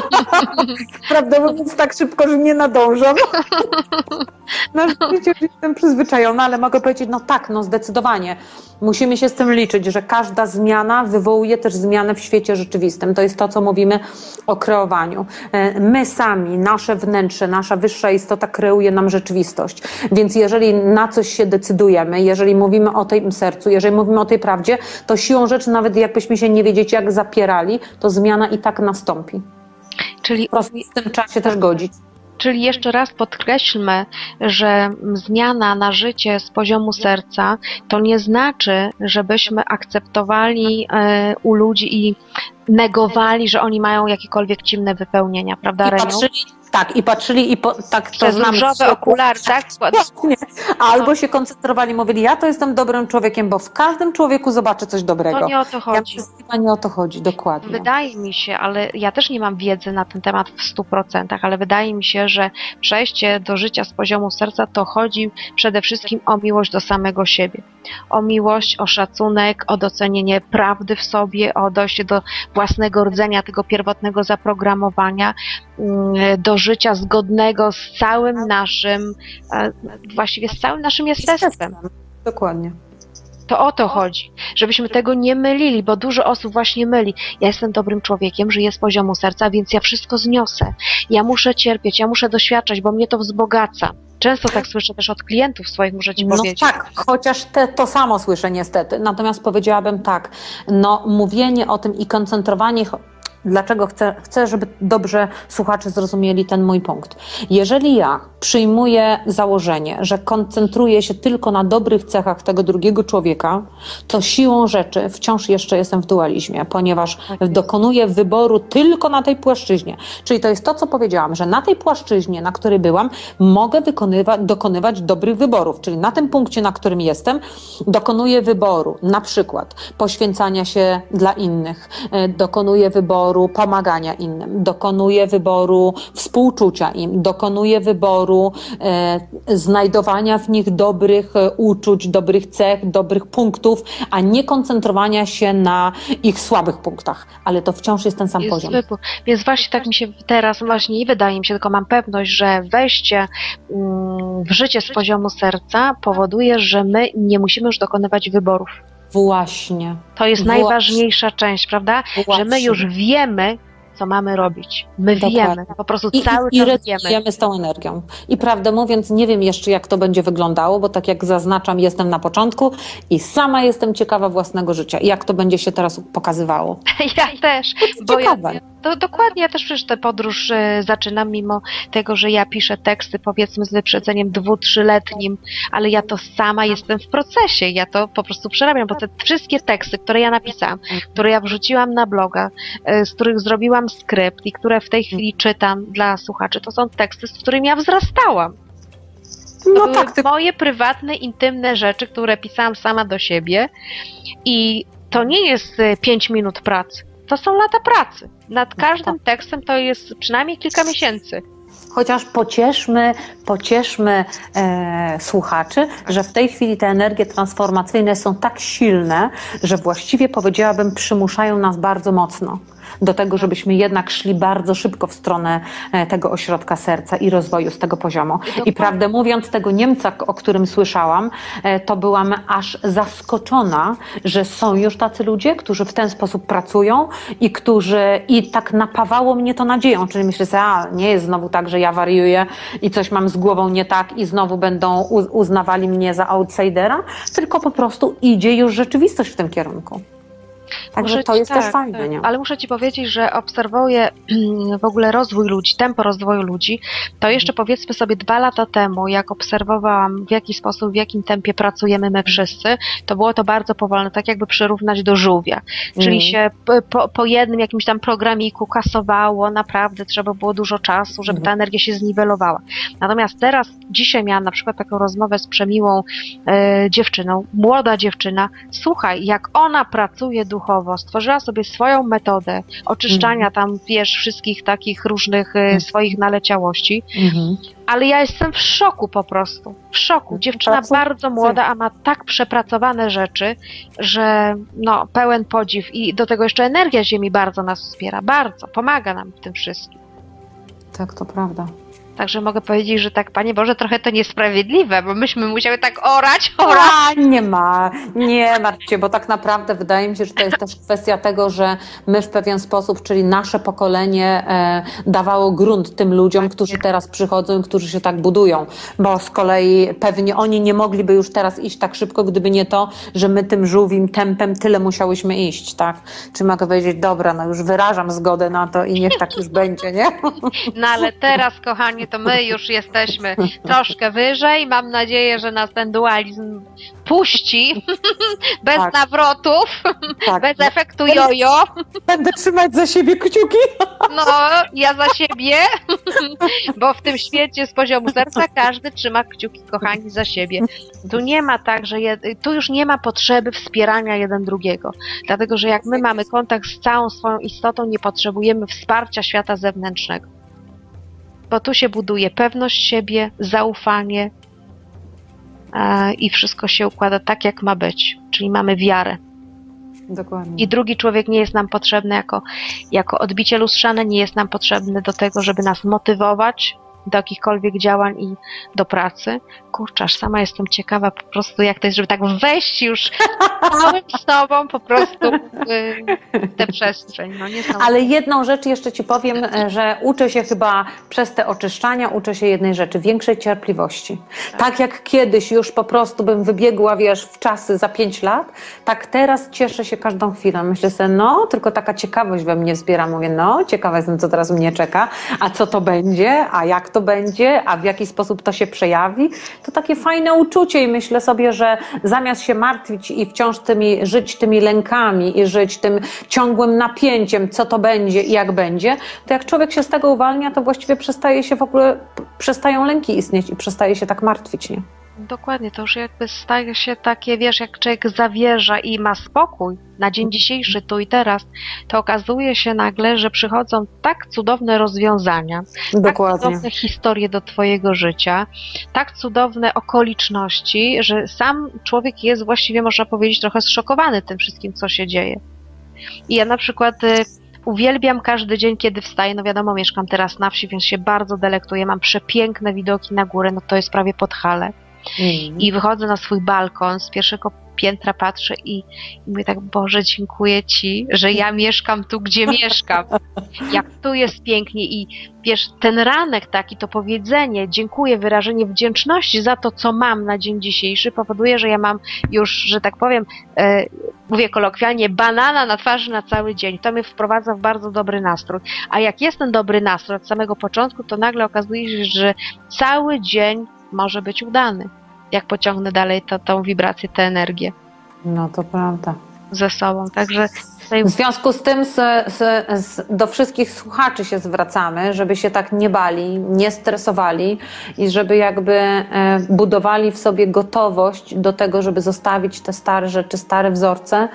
Prawdę mówiąc, tak szybko, że nie nadążam. No rzeczywiście jestem przyzwyczajona, ale mogę powiedzieć, no tak, no zdecydowanie. Musimy się z tym liczyć, że każda zmiana wywołuje też zmianę w świecie rzeczywistym. To jest to, co mówimy o kreowaniu. My sami, nasze wnętrze, nasza wyższa istota kreuje nam rzeczywistość. Więc jeżeli na coś się decydujemy, jeżeli mówimy o tym sercu, jeżeli mówimy o tej prawdzie, to siłą rzeczy, nawet jakbyśmy się nie wiedzieć jak zapierali, to zmiana i tak nastąpi. Czyli po prostu w tym czasie też godzić. Czyli jeszcze raz podkreślmy, że zmiana na życie z poziomu serca to nie znaczy, żebyśmy akceptowali y, u ludzi i negowali, że oni mają jakiekolwiek ciemne wypełnienia, prawda, I Reniu? patrzyli, tak, i patrzyli i po, tak to Przez znam. różowe okulary, tak? Albo się koncentrowali, mówili, ja to jestem dobrym człowiekiem, bo w każdym człowieku zobaczę coś dobrego. To nie o to chodzi. Ja chyba nie o to chodzi, dokładnie. Wydaje mi się, ale ja też nie mam wiedzy na ten temat w stu procentach, ale wydaje mi się, że przejście do życia z poziomu serca to chodzi przede wszystkim o miłość do samego siebie. O miłość, o szacunek, o docenienie prawdy w sobie, o dojście do własnego rdzenia, tego pierwotnego zaprogramowania, do życia zgodnego z całym naszym, właściwie z całym naszym jestestwem. Dokładnie. To o to chodzi, żebyśmy tego nie mylili, bo dużo osób właśnie myli. Ja jestem dobrym człowiekiem, żyję z poziomu serca, więc ja wszystko zniosę. Ja muszę cierpieć, ja muszę doświadczać, bo mnie to wzbogaca. Często tak słyszę też od klientów swoich, muszę ci no powiedzieć. Tak, chociaż te, to samo słyszę niestety. Natomiast powiedziałabym tak, no mówienie o tym i koncentrowanie... Dlaczego chcę, chcę, żeby dobrze słuchacze zrozumieli ten mój punkt. Jeżeli ja przyjmuję założenie, że koncentruję się tylko na dobrych cechach tego drugiego człowieka, to siłą rzeczy wciąż jeszcze jestem w dualizmie, ponieważ dokonuję wyboru tylko na tej płaszczyźnie. Czyli to jest to, co powiedziałam, że na tej płaszczyźnie, na której byłam, mogę wykonywać, dokonywać dobrych wyborów. Czyli na tym punkcie, na którym jestem, dokonuję wyboru, na przykład poświęcania się dla innych, dokonuję wyboru pomagania innym, dokonuje wyboru współczucia im, dokonuje wyboru e, znajdowania w nich dobrych e, uczuć, dobrych cech, dobrych punktów, a nie koncentrowania się na ich słabych punktach. Ale to wciąż jest ten sam jest poziom. Wybór. Więc właśnie tak mi się teraz, właśnie nie wydaje mi się, tylko mam pewność, że wejście mm, w życie z poziomu serca powoduje, że my nie musimy już dokonywać wyborów. Właśnie. To jest Właśnie. najważniejsza część, prawda? Właśnie. Że my już wiemy, co mamy robić. My Dokładnie. wiemy, po prostu I, cały i, czas i wiemy. rezonujemy z tą energią. I prawdę mówiąc, nie wiem jeszcze, jak to będzie wyglądało, bo tak jak zaznaczam, jestem na początku i sama jestem ciekawa własnego życia. I jak to będzie się teraz pokazywało. Ja też, bo ja, Ciekawe. to, dokładnie, ja też przecież tę podróż y, zaczynam, mimo tego, że ja piszę teksty, powiedzmy, z wyprzedzeniem dwu, trzyletnim, ale ja to sama jestem w procesie, ja to po prostu przerabiam, bo te wszystkie teksty, które ja napisałam, które ja wrzuciłam na bloga, y, z których zrobiłam skrypt i które w tej chwili czytam dla słuchaczy, to są teksty, z którymi ja wzrastałam. To No były tak, ty... moje prywatne, intymne rzeczy, które pisałam sama do siebie i to nie jest y, pięć minut pracy. To są lata pracy. Nad każdym tekstem to jest przynajmniej kilka miesięcy. Chociaż pocieszmy, pocieszmy e, słuchaczy, że w tej chwili te energie transformacyjne są tak silne, że właściwie powiedziałabym przymuszają nas bardzo mocno. do tego, żebyśmy jednak szli bardzo szybko w stronę tego ośrodka serca i rozwoju z tego poziomu. I prawdę mówiąc, tego Niemca, o którym słyszałam, to byłam aż zaskoczona, że są już tacy ludzie, którzy w ten sposób pracują i którzy, i tak napawało mnie to nadzieją, czyli myślę sobie, a nie jest znowu tak, że ja wariuję i coś mam z głową nie tak i znowu będą uznawali mnie za outsidera, tylko po prostu idzie już rzeczywistość w tym kierunku. Także Muszę to ci, jest tak, też fajne, tak. nie? Ale muszę Ci powiedzieć, że obserwuję w ogóle rozwój ludzi, tempo rozwoju ludzi. To jeszcze powiedzmy sobie dwa lata temu, jak obserwowałam w jaki sposób, w jakim tempie pracujemy my wszyscy, to było to bardzo powolne, tak jakby przyrównać do żółwia. Czyli Mm. się po, po jednym jakimś tam programiku kasowało, naprawdę trzeba było dużo czasu, żeby ta energia się zniwelowała. Natomiast teraz, dzisiaj miałam na przykład taką rozmowę z przemiłą e, dziewczyną, młoda dziewczyna, słuchaj, jak ona pracuje duchowo, stworzyła sobie swoją metodę oczyszczania tam, wiesz, wszystkich takich różnych y, swoich naleciałości, Mhm. ale ja jestem w szoku po prostu, w szoku. Dziewczyna Pracuj- bardzo młoda, a ma tak przepracowane rzeczy, że no, pełen podziw i do tego jeszcze energia Ziemi bardzo nas wspiera, bardzo, pomaga nam w tym wszystkim. Tak, to prawda. Także mogę powiedzieć, że tak, Panie Boże, trochę to niesprawiedliwe, bo myśmy musiały tak orać, orać. A, nie ma, nie martwcie, bo tak naprawdę wydaje mi się, że to jest też kwestia tego, że my w pewien sposób, czyli nasze pokolenie e, dawało grunt tym ludziom, którzy teraz przychodzą i którzy się tak budują, bo z kolei pewnie oni nie mogliby już teraz iść tak szybko, gdyby nie to, że my tym żółwim tempem tyle musiałyśmy iść, tak? Czy mogę powiedzieć, dobra, no już wyrażam zgodę na to i niech tak już będzie, nie? No ale teraz, kochani, to my już jesteśmy troszkę wyżej. Mam nadzieję, że nas ten dualizm puści bez Tak. nawrotów, Tak. bez efektu jojo. Będę trzymać za siebie kciuki. No, ja za siebie, bo w tym świecie z poziomu serca każdy trzyma kciuki, kochani, za siebie. Tu nie ma tak, że jed... tu już nie ma potrzeby wspierania jeden drugiego, dlatego że jak my mamy kontakt z całą swoją istotą, nie potrzebujemy wsparcia świata zewnętrznego. Bo tu się buduje pewność siebie, zaufanie e, i wszystko się układa tak, jak ma być, czyli mamy wiarę. Dokładnie. I drugi człowiek nie jest nam potrzebny jako, jako odbicie lustrzane, nie jest nam potrzebny do tego, żeby nas motywować do jakichkolwiek działań i do pracy. Kurczę, aż sama jestem ciekawa po prostu, jak to jest, żeby tak wejść już całym sobą po prostu w tę przestrzeń. No, nie są... Ale jedną rzecz jeszcze Ci powiem, że uczę się chyba przez te oczyszczania, uczę się jednej rzeczy, większej cierpliwości. Tak, tak jak kiedyś już po prostu bym wybiegła, wiesz, w czasy za pięć lat, tak teraz cieszę się każdą chwilą. Myślę sobie, no, tylko taka ciekawość we mnie wzbiera. Mówię, no, ciekawa jestem, co teraz mnie czeka, a co to będzie, a jak to będzie, a w jaki sposób to się przejawi. To takie fajne uczucie i myślę sobie, że zamiast się martwić i wciąż tymi, żyć tymi lękami i żyć tym ciągłym napięciem, co to będzie i jak będzie, to jak człowiek się z tego uwalnia, to właściwie przestaje się w ogóle, przestają lęki istnieć i przestaje się tak martwić, nie? Dokładnie, to już jakby staje się takie, wiesz, jak człowiek zawierza i ma spokój na dzień dzisiejszy, tu i teraz, to okazuje się nagle, że przychodzą tak cudowne rozwiązania, Dokładnie. tak cudowne historie do twojego życia, tak cudowne okoliczności, że sam człowiek jest właściwie, można powiedzieć, trochę zszokowany tym wszystkim, co się dzieje. I ja na przykład y, uwielbiam każdy dzień, kiedy wstaję, no wiadomo, mieszkam teraz na wsi, więc się bardzo delektuję, mam przepiękne widoki na górę, no to jest prawie Podhale. Mm. I wychodzę na swój balkon, z pierwszego piętra patrzę i, i mówię tak, Boże, dziękuję Ci, że ja mieszkam tu, gdzie mieszkam. Jak tu jest pięknie i wiesz, ten ranek taki, to powiedzenie, dziękuję, wyrażenie wdzięczności za to, co mam na dzień dzisiejszy, powoduje, że ja mam już, że tak powiem, e, mówię kolokwialnie, banana na twarzy na cały dzień. To mnie wprowadza w bardzo dobry nastrój. A jak jest ten dobry nastrój od samego początku, to nagle okazuje się, że cały dzień może być udany, jak pociągnę dalej to, tą wibrację, tę energię No to prawda. ze sobą. Także tutaj... W związku z tym z, z, z, do wszystkich słuchaczy się zwracamy, żeby się tak nie bali, nie stresowali i żeby jakby e, budowali w sobie gotowość do tego, żeby zostawić te stare rzeczy, stare wzorce,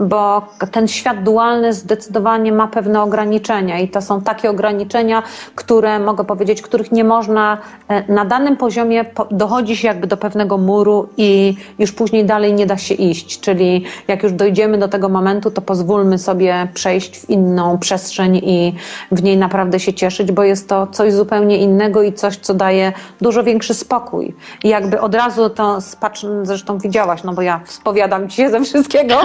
bo ten świat dualny zdecydowanie ma pewne ograniczenia i to są takie ograniczenia, które mogę powiedzieć, których nie można e, na danym poziomie, po, dochodzi się jakby do pewnego muru i już później dalej nie da się iść, czyli jak już dojdziemy do tego momentu, to pozwólmy pozwólmy sobie przejść w inną przestrzeń i w niej naprawdę się cieszyć, bo jest to coś zupełnie innego i coś, co daje dużo większy spokój. I jakby od razu to, patrz, zresztą widziałaś, no bo ja spowiadam ci się ze wszystkiego,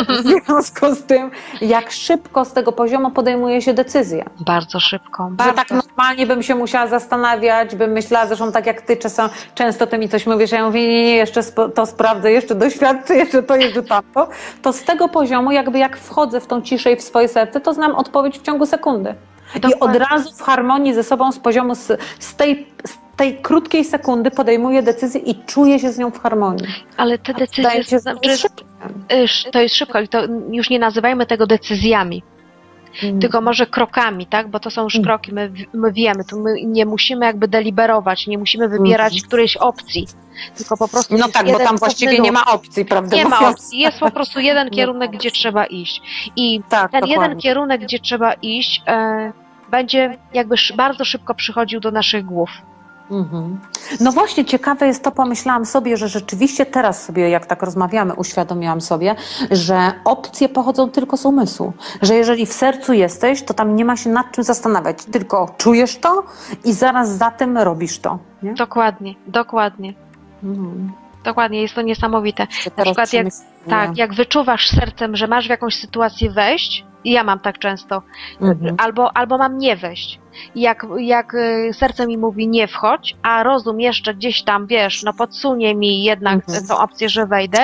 w związku z tym, jak szybko z tego poziomu podejmuje się decyzję. Bardzo szybko. Że Bardzo. tak normalnie bym się musiała zastanawiać, bym myślała, zresztą tak jak ty czasem, często ty mi coś mówisz, a ja mówię, nie, nie, jeszcze spo, to sprawdzę, jeszcze doświadczę, jeszcze to, jeszcze tamto, to z tego poziomu jakby jak wchodzę w tą ciszę i w swoje serce, to znam odpowiedź w ciągu sekundy. Dokładnie. I od razu w harmonii ze sobą z poziomu, z, z, tej, z tej krótkiej sekundy podejmuję decyzję i czuję się z nią w harmonii. Ale te decyzje, Wydaje mi się, że znaczy, to jest szybkie. y, to jest szybko, ale to już nie nazywajmy tego decyzjami. Mm. Tylko może krokami, tak? Bo to są już Mm. kroki, my, my wiemy, to my nie musimy jakby deliberować, nie musimy wybierać Mm. którejś opcji, tylko po prostu No jest tak, bo jeden tam właściwie główny nie ma nurt. opcji, prawda? Nie ma mówiąc? opcji, jest po prostu jeden Nie kierunek, ma gdzie opcji. trzeba iść. I Tak, ten dokładnie. jeden kierunek, gdzie trzeba iść, e, będzie jakby sz, bardzo szybko przychodził do naszych głów. Mhm. No właśnie, ciekawe jest to, pomyślałam sobie, że rzeczywiście teraz sobie, jak tak rozmawiamy, uświadomiłam sobie, że opcje pochodzą tylko z umysłu. Że jeżeli w sercu jesteś, to tam nie ma się nad czym zastanawiać, tylko czujesz to i zaraz za tym robisz to. Nie? Dokładnie, dokładnie. Mhm. Dokładnie, jest to niesamowite. Teraz Na przykład jak, przemyśluję. tak, jak wyczuwasz sercem, że masz w jakąś sytuację wejść, i ja mam tak często, Mhm. albo, albo mam nie wejść. I Jak, jak y, serce mi mówi nie wchodź, a rozum jeszcze gdzieś tam, wiesz, no podsunie mi jednak Mhm. tą opcję, że wejdę,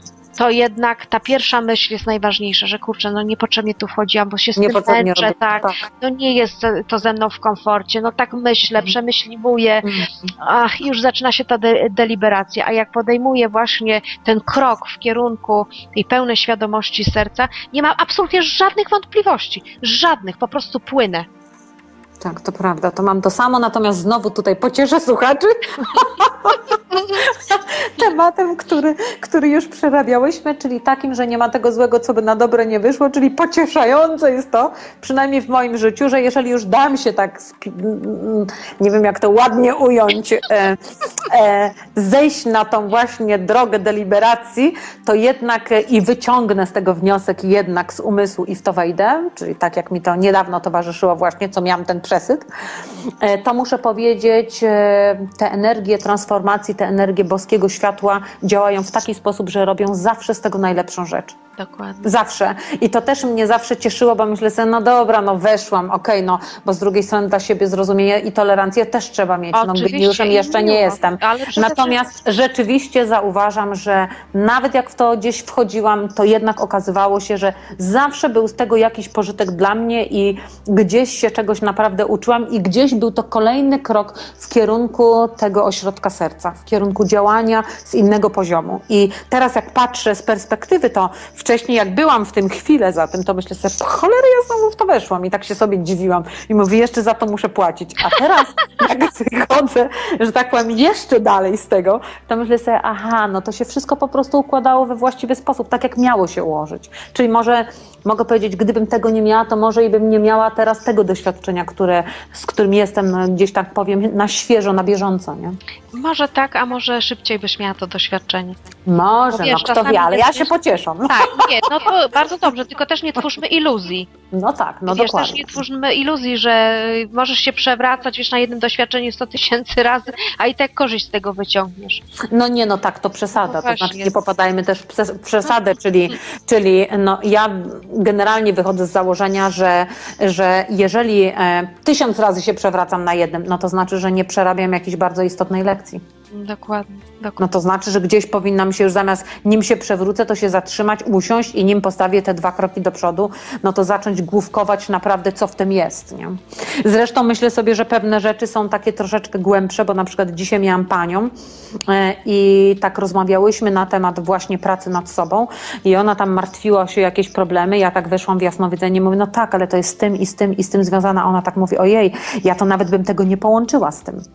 to jednak ta pierwsza myśl jest najważniejsza, że kurczę, no niepotrzebnie tu wchodziłam, bo się z tym Niepotrzebnie męczę, robię. tak, no nie jest to ze mną w komforcie, no tak myślę, Mhm. przemyśliwuję, Mhm. ach, już zaczyna się ta de- deliberacja, a jak podejmuję właśnie ten krok w kierunku tej pełnej świadomości serca, nie mam absolutnie żadnych wątpliwości, żadnych, po prostu płynę. Tak, to prawda, to mam to samo, natomiast znowu tutaj pocieszę słuchaczy tematem, który, który już przerabiałyśmy, czyli takim, że nie ma tego złego, co by na dobre nie wyszło, czyli pocieszające jest to, przynajmniej w moim życiu, że jeżeli już dam się tak, spi- nie wiem jak to ładnie ująć, e, e, zejść na tą właśnie drogę deliberacji, to jednak e, i wyciągnę z tego wniosek jednak z umysłu i w to wejdę, czyli tak jak mi to niedawno towarzyszyło właśnie, co miałam ten przesyt, e, to muszę powiedzieć, e, te energie transformacji, te energie boskiego światła działają w taki sposób, że robią zawsze z tego najlepszą rzecz. Dokładnie. Zawsze. I to też mnie zawsze cieszyło, bo myślę sobie, no dobra, no weszłam, okej, no, bo z drugiej strony dla siebie zrozumienie i tolerancję też trzeba mieć. No Oczywiście, geniuszem i jeszcze nie miło, jestem. ale przede Natomiast rzeczywiście zauważam, że nawet jak w to gdzieś wchodziłam, to jednak okazywało się, że zawsze był z tego jakiś pożytek dla mnie i gdzieś się czegoś naprawdę uczyłam i gdzieś był to kolejny krok w kierunku tego ośrodka serca, w kierunku działania z innego poziomu. I teraz jak patrzę z perspektywy, to wcześniej jak byłam w tym chwilę za tym, to myślę sobie, po cholerę ja znowu w to weszłam i tak się sobie dziwiłam i mówię, jeszcze za to muszę płacić. A teraz jak wychodzę, że tak powiem, jeszcze dalej z tego, to myślę sobie, aha, no to się wszystko po prostu układało we właściwy sposób, tak jak miało się ułożyć. Czyli może, mogę powiedzieć, gdybym tego nie miała, to może i bym nie miała teraz tego doświadczenia, które, z którym jestem no, gdzieś tak powiem na świeżo, na bieżąco, nie? Może tak, a może szybciej byś miała to doświadczenie. Może, Bo wiesz, no kto czasami wie, ale ja jest się jeszcze- pocieszę. No, Tak, nie, no to bardzo dobrze, tylko też nie twórzmy iluzji. no tak, no wiesz, dokładnie. też nie twórzmy iluzji, że możesz się przewracać wiesz, na jednym doświadczeniu sto tysięcy razy, a i tak korzyść z tego wyciągniesz. No nie, no tak, to przesada, No to znaczy właśnie. nie popadajmy też w przes- w przesadę, czyli, czyli no ja generalnie wychodzę z założenia, że, że jeżeli e, tysiąc razy się przewracam na jednym, no to znaczy, że nie przerabiam jakiejś bardzo istotnej lekcji. Dokładnie, dokładnie. No to znaczy, że gdzieś powinnam się już zamiast nim się przewrócę, to się zatrzymać, usiąść i nim postawię te dwa kroki do przodu, no to zacząć główkować naprawdę, co w tym jest, nie? Zresztą myślę sobie, że pewne rzeczy są takie troszeczkę głębsze, bo na przykład dzisiaj miałam panią e, i tak rozmawiałyśmy na temat właśnie pracy nad sobą i ona tam martwiła się o jakieś problemy, ja tak weszłam w jasnowidzenie, mówię, no tak, ale to jest z tym i z tym i z tym związana, a ona tak mówi, ojej, ja to nawet bym tego nie połączyła z tym.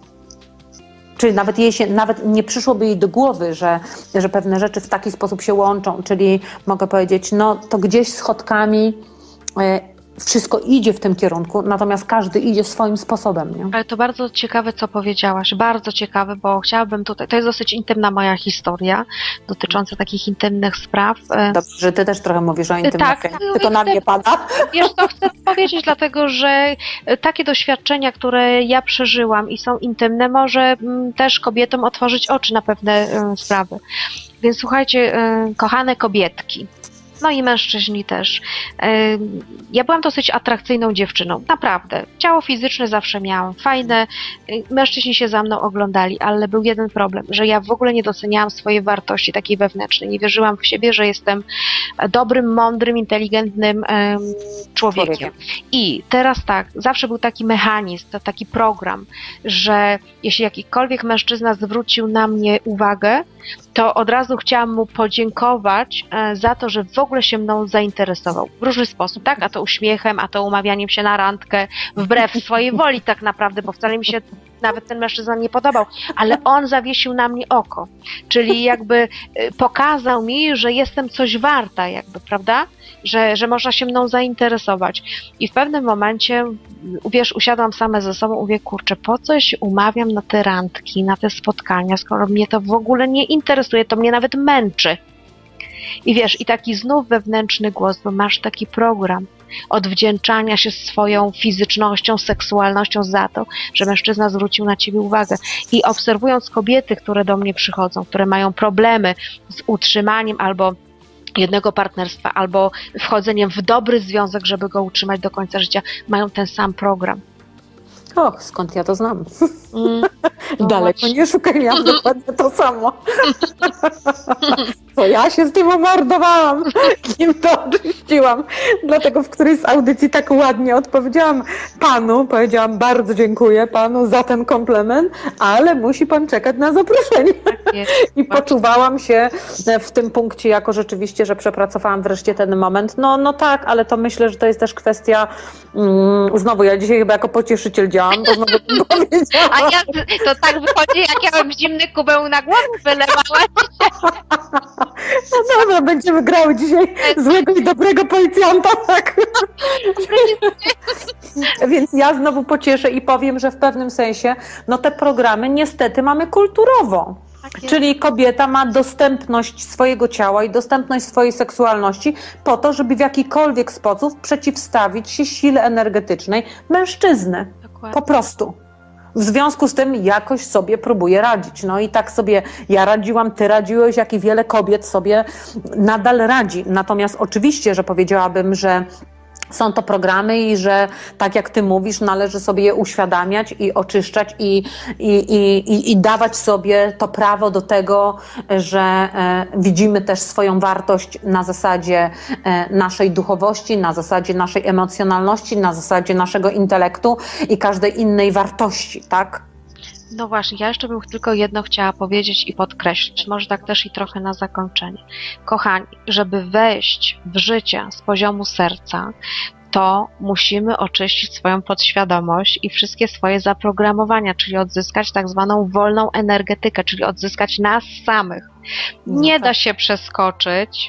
Czyli nawet jej się, nawet nie przyszłoby jej do głowy, że, że pewne rzeczy w taki sposób się łączą, czyli mogę powiedzieć, no to gdzieś schodkami, wszystko idzie w tym kierunku, natomiast każdy idzie swoim sposobem, nie? Ale to bardzo ciekawe, co powiedziałaś, bardzo ciekawe, bo chciałabym tutaj, to jest dosyć intymna moja historia dotycząca takich intymnych spraw. Dobrze, że ty też trochę mówisz o intymności, tak, tylko na mnie pada. Wiesz co, chcę powiedzieć, dlatego że takie doświadczenia, które ja przeżyłam i są intymne, może mm, też kobietom otworzyć oczy na pewne y, sprawy. Więc słuchajcie, y, kochane kobietki, no i mężczyźni też. Ja byłam dosyć atrakcyjną dziewczyną, naprawdę. Ciało fizyczne zawsze miałam, fajne, mężczyźni się za mną oglądali, ale był jeden problem, że ja w ogóle nie doceniałam swojej wartości takiej wewnętrznej. Nie wierzyłam w siebie, że jestem dobrym, mądrym, inteligentnym um, człowiekiem. I teraz tak, zawsze był taki mechanizm, taki program, że jeśli jakikolwiek mężczyzna zwrócił na mnie uwagę, to od razu chciałam mu podziękować e, za to, że w ogóle się mną zainteresował. W różny sposób, tak? A to uśmiechem, a to umawianiem się na randkę, wbrew swojej woli tak naprawdę, bo wcale mi się nawet ten mężczyzna nie podobał, ale on zawiesił na mnie oko. Czyli jakby e, pokazał mi, że jestem coś warta jakby, prawda? Że, że można się mną zainteresować. I w pewnym momencie, wiesz, usiadłam sama ze sobą, mówię, kurczę, po co ja się umawiam na te randki, na te spotkania, skoro mnie to w ogóle nie interesuje, to mnie nawet męczy. I wiesz, i taki znów wewnętrzny głos, bo masz taki program odwdzięczania się swoją fizycznością, seksualnością za to, że mężczyzna zwrócił na ciebie uwagę. I obserwując kobiety, które do mnie przychodzą, które mają problemy z utrzymaniem albo jednego partnerstwa, albo wchodzeniem w dobry związek, żeby go utrzymać do końca życia, mają ten sam program. Och, skąd ja to znam? Mm, no Daleko właśnie. nie szukaj, ja dokładnie to samo. To ja się z tym omordowałam, nim to oczyściłam. Dlatego w którejś z audycji tak ładnie odpowiedziałam panu, powiedziałam bardzo dziękuję panu za ten komplement, ale musi pan czekać na zaproszenie. Tak jest. I poczuwałam się w tym punkcie jako rzeczywiście, że przepracowałam wreszcie ten moment. No, no tak, ale to myślę, że to jest też kwestia, mm, znowu ja dzisiaj chyba jako pocieszyciel działam, bo znowu powiedziałam. A ja, to tak wychodzi, jak ja bym zimny kubeł na głowę wylewała. No dobra, będziemy grały dzisiaj złego i dobrego policjanta, tak? Więc ja znowu pocieszę i powiem, że w pewnym sensie, no te programy niestety mamy kulturowo. Tak jest. Czyli kobieta ma dostępność swojego ciała i dostępność swojej seksualności po to, żeby w jakikolwiek sposób przeciwstawić się sile energetycznej mężczyzny. Dokładnie. Po prostu. W związku z tym jakoś sobie próbuję radzić. No i tak sobie ja radziłam, ty radziłeś, jak i wiele kobiet sobie nadal radzi. Natomiast oczywiście, że powiedziałabym, że są to programy i że tak jak ty mówisz, należy sobie je uświadamiać i oczyszczać i, i, i, i dawać sobie to prawo do tego, że e, widzimy też swoją wartość na zasadzie e, naszej duchowości, na zasadzie naszej emocjonalności, na zasadzie naszego intelektu i każdej innej wartości, tak? No właśnie, ja jeszcze bym tylko jedno chciała powiedzieć i podkreślić, może tak też i trochę na zakończenie. Kochani, żeby wejść w życie z poziomu serca, to musimy oczyścić swoją podświadomość i wszystkie swoje zaprogramowania, czyli odzyskać tak zwaną wolną energetykę, czyli odzyskać nas samych. Nie da się przeskoczyć.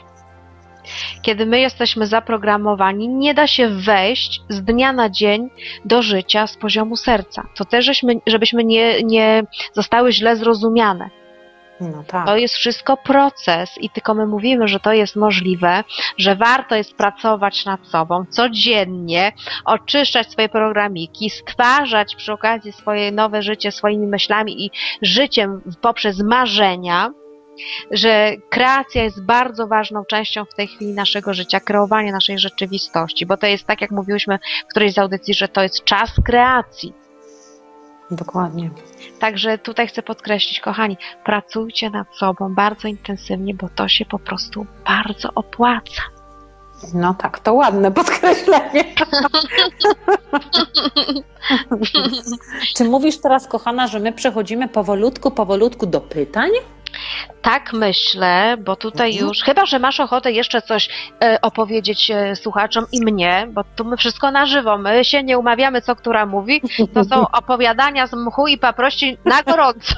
Kiedy my jesteśmy zaprogramowani, nie da się wejść z dnia na dzień do życia z poziomu serca. To też, żeśmy, żebyśmy nie, nie zostały źle zrozumiane. No tak. To jest wszystko proces i tylko my mówimy, że to jest możliwe, że warto jest pracować nad sobą codziennie, oczyszczać swoje programiki, stwarzać przy okazji swoje nowe życie swoimi myślami i życiem poprzez marzenia, że kreacja jest bardzo ważną częścią w tej chwili naszego życia, kreowanie naszej rzeczywistości, bo to jest tak, jak mówiłyśmy w którejś z audycji, że to jest czas kreacji. Dokładnie. Także tutaj chcę podkreślić, kochani, pracujcie nad sobą bardzo intensywnie, bo to się po prostu bardzo opłaca. No tak, to ładne podkreślenie. Czy mówisz teraz, kochana, że my przechodzimy powolutku, powolutku do pytań? Tak myślę, bo tutaj Mhm. już, chyba że masz ochotę jeszcze coś e, opowiedzieć e, słuchaczom i mnie, bo tu my wszystko na żywo, my się nie umawiamy, co która mówi, to są opowiadania z mchu i paprości na gorąco.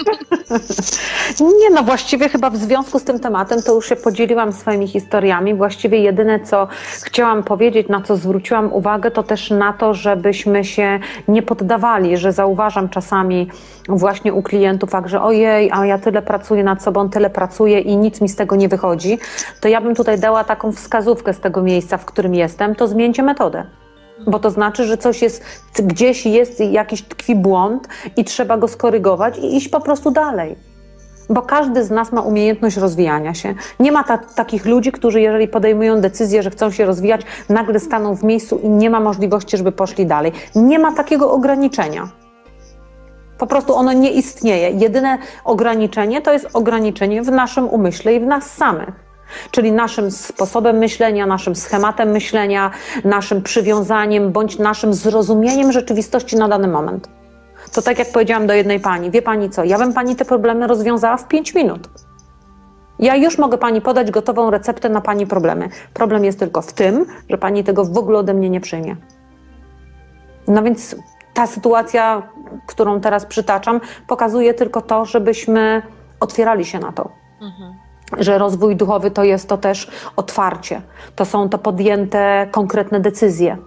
Nie, no właściwie chyba w związku z tym tematem to już się podzieliłam swoimi historiami. Właściwie jedyne, co chciałam powiedzieć, na co zwróciłam uwagę, to też na to, żebyśmy się nie poddawali, że zauważam czasami właśnie u klientów fakt, że ojej, a ja tyle pracuję nad sobą, tyle pracuję i nic mi z tego nie wychodzi, to ja bym tutaj dała taką wskazówkę z tego miejsca, w którym jestem, to zmieńcie metodę. Bo to znaczy, że coś jest, gdzieś jest jakiś tkwi błąd i trzeba go skorygować i iść po prostu dalej. Bo każdy z nas ma umiejętność rozwijania się. Nie ma ta, takich ludzi, którzy jeżeli podejmują decyzję, że chcą się rozwijać, nagle staną w miejscu i nie ma możliwości, żeby poszli dalej. Nie ma takiego ograniczenia. Po prostu ono nie istnieje. Jedyne ograniczenie to jest ograniczenie w naszym umyśle i w nas samych. Czyli naszym sposobem myślenia, naszym schematem myślenia, naszym przywiązaniem bądź naszym zrozumieniem rzeczywistości na dany moment. To tak jak powiedziałam do jednej pani, wie pani co, ja bym pani te problemy rozwiązała w pięć minut. Ja już mogę pani podać gotową receptę na pani problemy. Problem jest tylko w tym, że pani tego w ogóle ode mnie nie przyjmie. No więc ta sytuacja, którą teraz przytaczam, pokazuje tylko to, żebyśmy otwierali się na to. Mhm. Że rozwój duchowy to jest to też otwarcie. To są to podjęte konkretne decyzje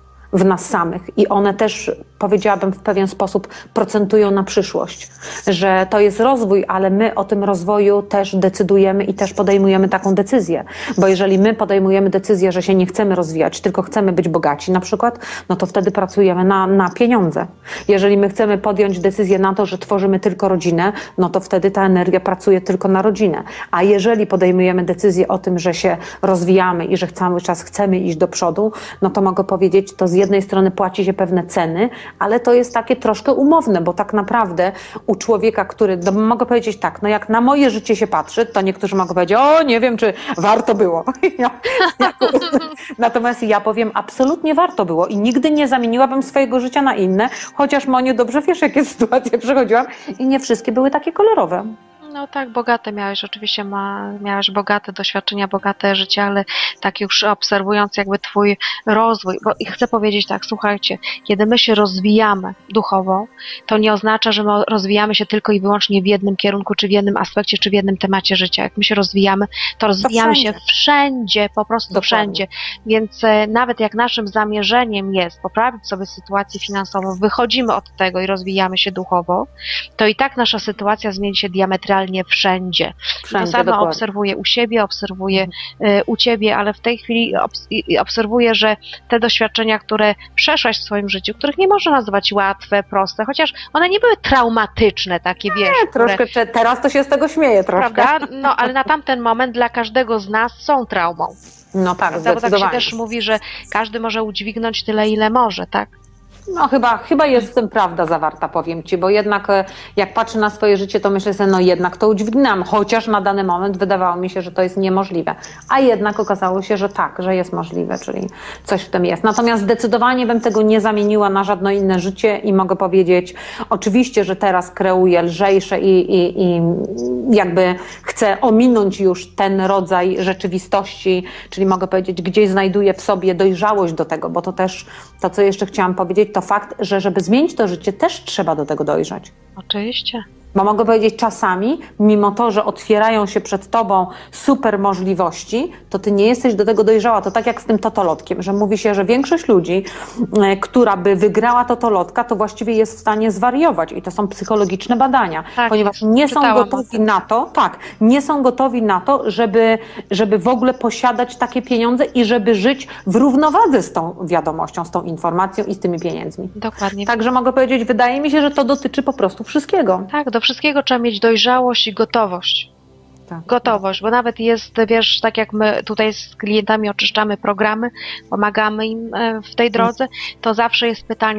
w nas samych i one też, powiedziałabym, w pewien sposób procentują na przyszłość, że to jest rozwój, ale my o tym rozwoju też decydujemy i też podejmujemy taką decyzję, bo jeżeli my podejmujemy decyzję, że się nie chcemy rozwijać, tylko chcemy być bogaci na przykład, no to wtedy pracujemy na, na pieniądze. Jeżeli my chcemy podjąć decyzję na to, że tworzymy tylko rodzinę, no to wtedy ta energia pracuje tylko na rodzinę, a jeżeli podejmujemy decyzję o tym, że się rozwijamy i że cały czas chcemy iść do przodu, no to mogę powiedzieć, to z jednej strony płaci się pewne ceny, ale to jest takie troszkę umowne, bo tak naprawdę u człowieka, który, no mogę powiedzieć tak, no jak na moje życie się patrzy, to niektórzy mogą powiedzieć, o nie wiem, czy warto było. Ja, ja, natomiast ja powiem, absolutnie warto było i nigdy nie zamieniłabym swojego życia na inne, chociaż Moniu, dobrze wiesz, jakie sytuacje przechodziłam i nie wszystkie były takie kolorowe. No tak, bogate miałeś, oczywiście ma, miałeś bogate doświadczenia, bogate życie, ale tak już obserwując jakby twój rozwój, bo i chcę powiedzieć tak, słuchajcie, kiedy my się rozwijamy duchowo, to nie oznacza, że my rozwijamy się tylko i wyłącznie w jednym kierunku, czy w jednym aspekcie, czy w jednym temacie życia. Jak my się rozwijamy, to rozwijamy wszędzie. się wszędzie, po prostu Dokładnie. wszędzie. Więc e, nawet jak naszym zamierzeniem jest poprawić sobie sytuację finansową, wychodzimy od tego i rozwijamy się duchowo, to i tak nasza sytuacja zmieni się diametralnie wszędzie. Wszędzie, To samo dokładnie. obserwuję u siebie, obserwuję y, u ciebie, ale w tej chwili obs i- obserwuję, że te doświadczenia, które przeszłaś w swoim życiu, których nie można nazwać łatwe, proste, chociaż one nie były traumatyczne, takie wiesz, Nie, które, troszkę, te- teraz to się z tego śmieję troszkę. prawda? No, ale na tamten moment dla każdego z nas są traumą. No tak, Prawda? Bo tak się zdecydowanie. też mówi, że każdy może udźwignąć tyle, ile może, tak? No chyba, chyba jest w tym prawda zawarta, powiem Ci, bo jednak e, jak patrzę na swoje życie, to myślę sobie, no jednak to udźwignęłam, chociaż na dany moment wydawało mi się, że to jest niemożliwe. A jednak okazało się, że tak, że jest możliwe, czyli coś w tym jest. Natomiast zdecydowanie bym tego nie zamieniła na żadne inne życie i mogę powiedzieć, oczywiście, że teraz kreuję lżejsze i, i, i jakby chcę ominąć już ten rodzaj rzeczywistości, czyli mogę powiedzieć, gdzieś znajduję w sobie dojrzałość do tego, bo to też, to co jeszcze chciałam powiedzieć, to fakt, że żeby zmienić to życie, też trzeba do tego dojrzeć. Oczywiście. Bo mogę powiedzieć, czasami, mimo to, że otwierają się przed tobą super możliwości, to ty nie jesteś do tego dojrzała. To tak jak z tym totolotkiem, że mówi się, że większość ludzi, e, która by wygrała totolotka, to właściwie jest w stanie zwariować. I to są psychologiczne badania, Tak, ponieważ nie są czytałam o gotowi tym. na to, tak, nie są gotowi na to, żeby, żeby w ogóle posiadać takie pieniądze i żeby żyć w równowadze z tą wiadomością, z tą informacją i z tymi pieniędzmi. Dokładnie. Także mogę powiedzieć, wydaje mi się, że to dotyczy po prostu wszystkiego. Tak, do wszystkiego trzeba mieć dojrzałość i gotowość. Tak. Gotowość, bo nawet jest, wiesz, tak jak my tutaj z klientami oczyszczamy programy, pomagamy im e, w tej drodze, to zawsze jest pytanie,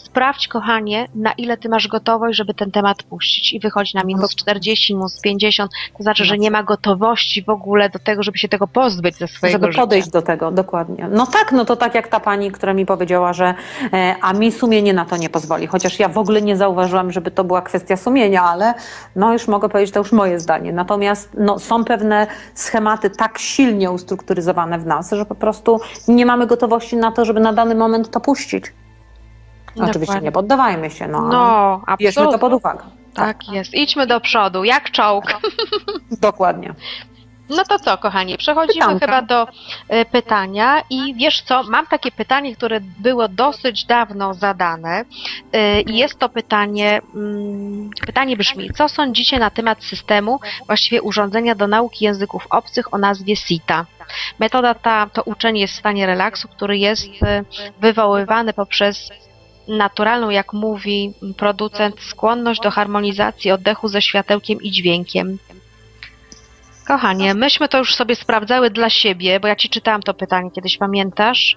sprawdź, kochanie, na ile ty masz gotowość, żeby ten temat puścić i wychodzi na minus czterdzieści, minus pięćdziesiąt, to znaczy, że nie ma gotowości w ogóle do tego, żeby się tego pozbyć ze swojego Żeby życia. podejść do tego, dokładnie. No tak, no to tak jak ta pani, która mi powiedziała, że e, a mi sumienie na to nie pozwoli, chociaż ja w ogóle nie zauważyłam, żeby to była kwestia sumienia, ale no już mogę powiedzieć, to już moje zdanie. Natomiast no, są pewne schematy tak silnie ustrukturyzowane w nas, że po prostu nie mamy gotowości na to, żeby na dany moment to puścić. Oczywiście Dokładnie. nie poddawajmy się, no, No, ale bierzmy to absolutnie. pod uwagę. Tak jest. Idźmy do przodu, jak czołg. Dokładnie. No to co, kochani, przechodzimy Pytanka. chyba do y, pytania i wiesz co, mam takie pytanie, które było dosyć dawno zadane y, i jest to pytanie, mm, pytanie brzmi, co sądzicie na temat systemu, właściwie urządzenia do nauki języków obcych o nazwie SITA? Metoda ta to uczenie jest w stanie relaksu, który jest y, wywoływany poprzez naturalną, jak mówi producent, skłonność do harmonizacji oddechu ze światełkiem i dźwiękiem. Kochanie, myśmy to już sobie sprawdzały dla siebie, bo ja ci czytałam to pytanie kiedyś, pamiętasz?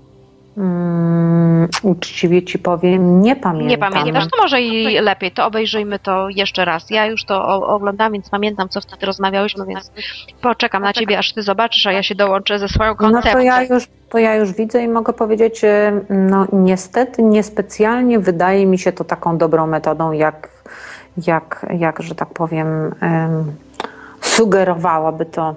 Mm, uczciwie ci powiem, nie pamiętam. Nie pamiętasz, to może i lepiej, to obejrzyjmy to jeszcze raz. Ja już to o- oglądam, więc pamiętam, co wtedy rozmawiałyśmy, więc poczekam na ciebie, aż ty zobaczysz, a ja się dołączę ze swoją No koncepcją. to ja już, to ja już widzę i mogę powiedzieć, e, no niestety niespecjalnie wydaje mi się to taką dobrą metodą, jak, jak, jak że tak powiem, em, sugerowałaby to,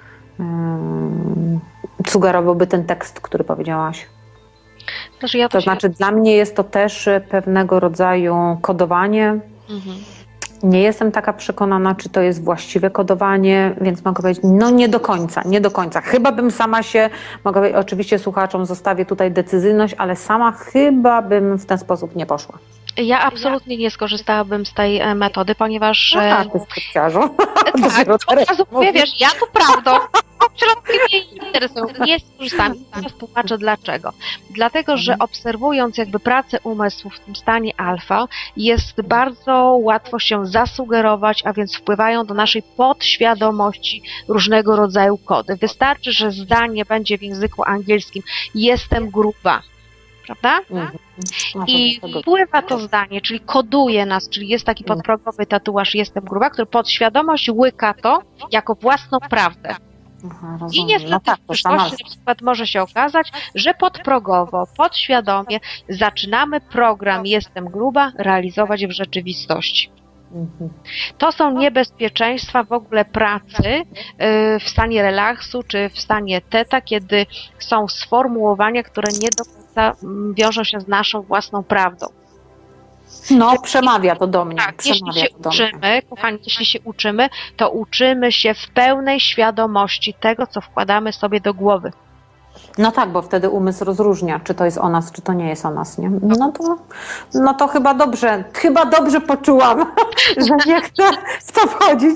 em, sugerowałby ten tekst, który powiedziałaś. Znaczy, ja To się- znaczy dla mnie jest to też e, pewnego rodzaju kodowanie. Mhm. Nie jestem taka przekonana, czy to jest właściwe kodowanie, więc mogę powiedzieć, no nie do końca, nie do końca. Chyba bym sama się, mogę powiedzieć, oczywiście słuchaczom zostawię tutaj decyzyjność, ale sama chyba bym w ten sposób nie poszła. Ja absolutnie nie skorzystałabym z tej e, metody, ponieważ... No e, tak, ty skrypciarzu. Tak, Dopiero od teraz razu mówię, mówię. wiesz, ja tu prawdą, środki mnie nie interesują, nie skorzystam. Teraz tłumaczę dlaczego. Dlatego, że obserwując jakby pracę umysłu w tym stanie alfa, jest bardzo łatwo się zasugerować, a więc wpływają do naszej podświadomości różnego rodzaju kody. Wystarczy, że zdanie będzie w języku angielskim jestem gruba, prawda? Mhm. No to I do tego- wpływa to zdanie, czyli koduje nas, czyli jest taki podprogowy tatuaż jestem gruba, który podświadomość łyka to jako własną prawdę. Aha, I rozumiem. niestety No tak, w to przyszłości sama. na przykład może się okazać, że podprogowo, podświadomie zaczynamy program jestem gruba realizować w rzeczywistości. Mhm. To są niebezpieczeństwa w ogóle pracy yy, w stanie relaksu czy w stanie teta, kiedy są sformułowania, które nie do końca mm, wiążą się z naszą własną prawdą. No, przemawia to do mnie. Tak, jeśli przemawia się to do mnie. uczymy, kochani, jeśli się uczymy, to uczymy się w pełnej świadomości tego, co wkładamy sobie do głowy. No tak, bo wtedy umysł rozróżnia, czy to jest o nas, czy to nie jest o nas, nie? No to, no to chyba dobrze, chyba dobrze poczułam, że nie chcę w to wchodzić.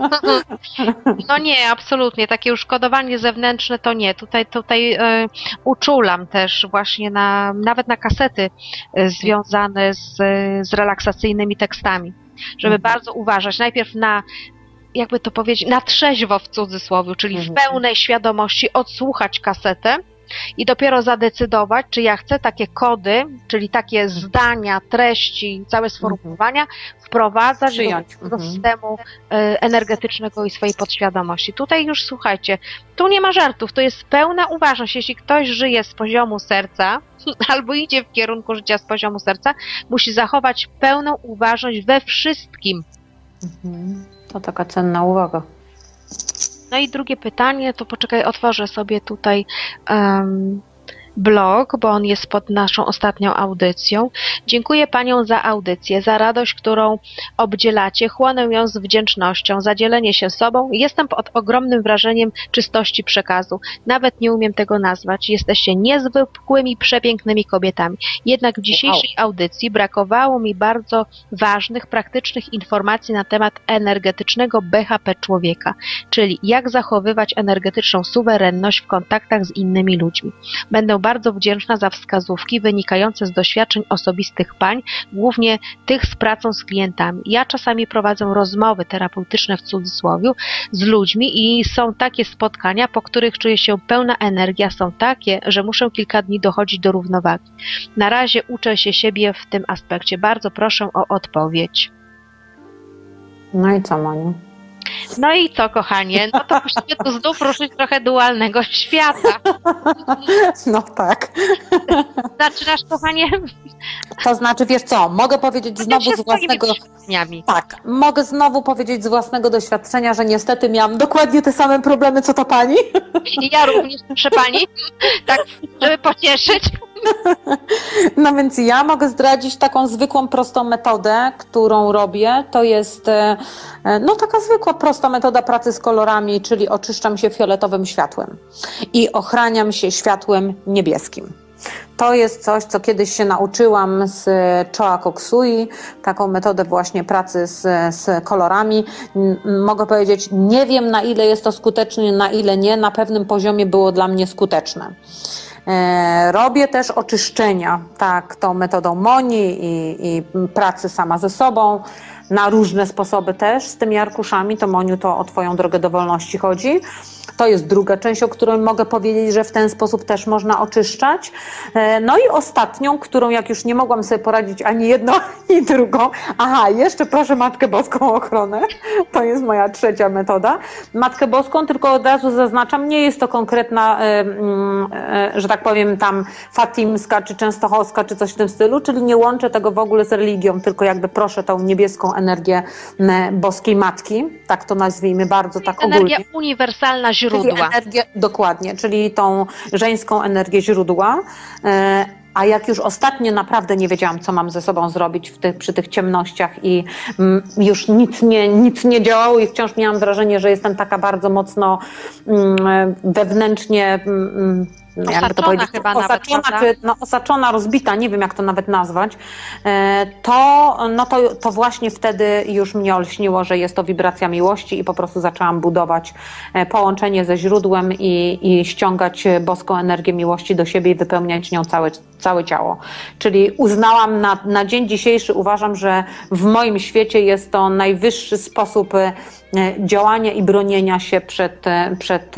No nie, absolutnie. Takie już kodowanie zewnętrzne to nie. Tutaj, tutaj e, uczulam też właśnie na, nawet na kasety e, związane z, z relaksacyjnymi tekstami, żeby Mhm. bardzo uważać. Najpierw na, jakby to powiedzieć, na trzeźwo w cudzysłowie, czyli w Mhm. pełnej świadomości odsłuchać kasetę i dopiero zadecydować, czy ja chcę takie kody, czyli takie zdania, treści, całe sformułowania wprowadzać do Przyjąć. tego Mhm. systemu e, energetycznego i swojej podświadomości. Tutaj już słuchajcie, tu nie ma żartów, to jest pełna uważność. Jeśli ktoś żyje z poziomu serca albo idzie w kierunku życia z poziomu serca, musi zachować pełną uważność we wszystkim. Mhm. To taka cenna uwaga. No i drugie pytanie, to poczekaj, otworzę sobie tutaj um, blog, bo on jest pod naszą ostatnią audycją. Dziękuję Paniom za audycję, za radość, którą obdzielacie. Chłonę ją z wdzięcznością, za dzielenie się sobą. Jestem pod ogromnym wrażeniem czystości przekazu. Nawet nie umiem tego nazwać. Jesteście niezwykłymi, przepięknymi kobietami. Jednak w dzisiejszej audycji brakowało mi bardzo ważnych, praktycznych informacji na temat energetycznego B H P człowieka, czyli jak zachowywać energetyczną suwerenność w kontaktach z innymi ludźmi. Będę bardzo wdzięczna za wskazówki wynikające z doświadczeń osobistych pań, głównie tych z pracą z klientami. Ja czasami prowadzę rozmowy terapeutyczne w cudzysłowie z ludźmi i są takie spotkania, po których czuję się pełna energia, są takie, że muszę kilka dni dochodzić do równowagi. Na razie uczę się siebie w tym aspekcie. Bardzo proszę o odpowiedź. No i co, Moniu? No i co, kochanie? No to musimy tu znów ruszyć trochę dualnego świata. No tak. Zaczynasz, kochanie? To znaczy, wiesz co, mogę powiedzieć znowu z własnego... Tak, mogę znowu powiedzieć z własnego doświadczenia, że niestety miałam dokładnie te same problemy, co ta pani. I ja również, proszę pani, tak, żeby pocieszyć. No więc ja mogę zdradzić taką zwykłą, prostą metodę, którą robię. To jest no taka zwykła, prosta metoda pracy z kolorami, czyli oczyszczam się fioletowym światłem i ochraniam się światłem niebieskim. To jest coś, co kiedyś się nauczyłam z Choa Koksui, taką metodę właśnie pracy z, z kolorami. Mogę powiedzieć, nie wiem, na ile jest to skuteczne, na ile nie. Na pewnym poziomie było dla mnie skuteczne. Robię też oczyszczenia, tak, tą metodą Moni i, i pracy sama ze sobą, na różne sposoby też z tymi arkuszami. To, Moniu, to o Twoją drogę do wolności chodzi. To jest druga część, o której mogę powiedzieć, że w ten sposób też można oczyszczać. No i ostatnią, którą jak już nie mogłam sobie poradzić ani jedną, ani drugą. Aha, jeszcze proszę Matkę Boską o ochronę. To jest moja trzecia metoda. Matkę Boską, tylko od razu zaznaczam, nie jest to konkretna, że tak powiem, tam fatimska, czy częstochowska, czy coś w tym stylu, czyli nie łączę tego w ogóle z religią, tylko jakby proszę tą niebieską energię boskiej Matki, tak to nazwijmy bardzo tak ogólnie. Energia uniwersalna źródła. Czyli energię, dokładnie, czyli tą żeńską energię źródła. A jak już ostatnio naprawdę nie wiedziałam, co mam ze sobą zrobić w tych, przy tych ciemnościach i już nic nie, nic nie działało i wciąż miałam wrażenie, że jestem taka bardzo mocno wewnętrznie no, jakby to powiedzieć, chyba osaczona, nawet, czy no, osaczona, rozbita, nie wiem jak to nawet nazwać, to, no to, to właśnie wtedy już mnie olśniło, że jest to wibracja miłości i po prostu zaczęłam budować połączenie ze źródłem i, i ściągać boską energię miłości do siebie i wypełniać nią całe, całe ciało. Czyli uznałam na, na dzień dzisiejszy, uważam, że w moim świecie jest to najwyższy sposób działania i bronienia się przed, przed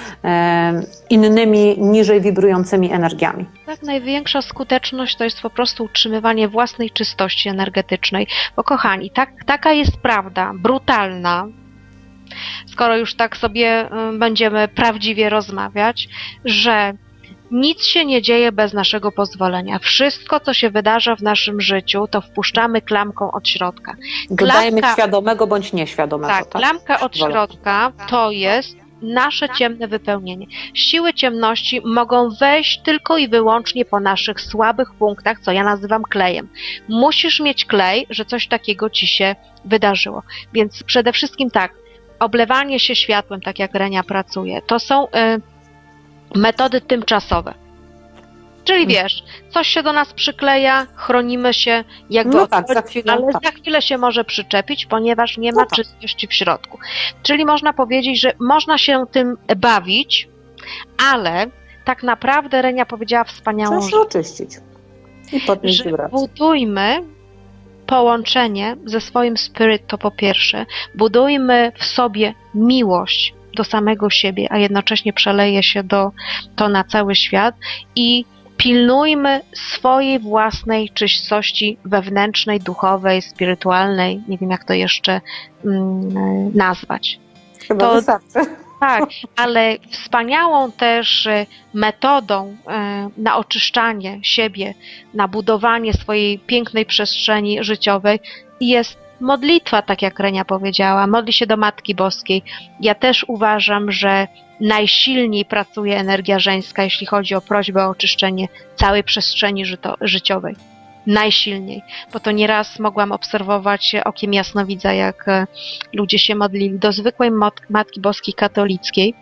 innymi niżej wibrującymi energiami. Tak, największa skuteczność to jest po prostu utrzymywanie własnej czystości energetycznej. Bo kochani, tak, taka jest prawda, brutalna, skoro już tak sobie będziemy prawdziwie rozmawiać, że nic się nie dzieje bez naszego pozwolenia. Wszystko, co się wydarza w naszym życiu, to wpuszczamy klamką od środka. Dodajmy świadomego bądź nieświadomego. Tak, tak? Klamka od środka to jest nasze ciemne wypełnienie. Siły ciemności mogą wejść tylko i wyłącznie po naszych słabych punktach, co ja nazywam klejem. Musisz mieć klej, że coś takiego ci się wydarzyło. Więc przede wszystkim tak, oblewanie się światłem, tak jak Renia pracuje, to są y, metody tymczasowe. Czyli wiesz, coś się do nas przykleja, chronimy się jakby no od tak, za chwilę, ale tak. za chwilę się może przyczepić, ponieważ nie ma no tak. czystości w środku. Czyli można powiedzieć, że można się tym bawić, ale tak naprawdę Renia powiedziała wspaniałą rzecz. Trzeba się oczyścić i podnieść wibrację. Budujmy połączenie ze swoim spirit, to po pierwsze. Budujmy w sobie miłość do samego siebie, a jednocześnie przeleje się do, to na cały świat i pilnujmy swojej własnej czystości wewnętrznej, duchowej, spirytualnej, nie wiem jak to jeszcze mm, nazwać. Chyba to, wystarczy. Tak, ale wspaniałą też metodą na oczyszczanie siebie, na budowanie swojej pięknej przestrzeni życiowej jest modlitwa, tak jak Renia powiedziała, modli się do Matki Boskiej. Ja też uważam, że najsilniej pracuje energia żeńska, jeśli chodzi o prośbę o oczyszczenie całej przestrzeni żyto- życiowej. Najsilniej, bo to nieraz mogłam obserwować okiem jasnowidza, jak ludzie się modlili do zwykłej Matki Boskiej katolickiej.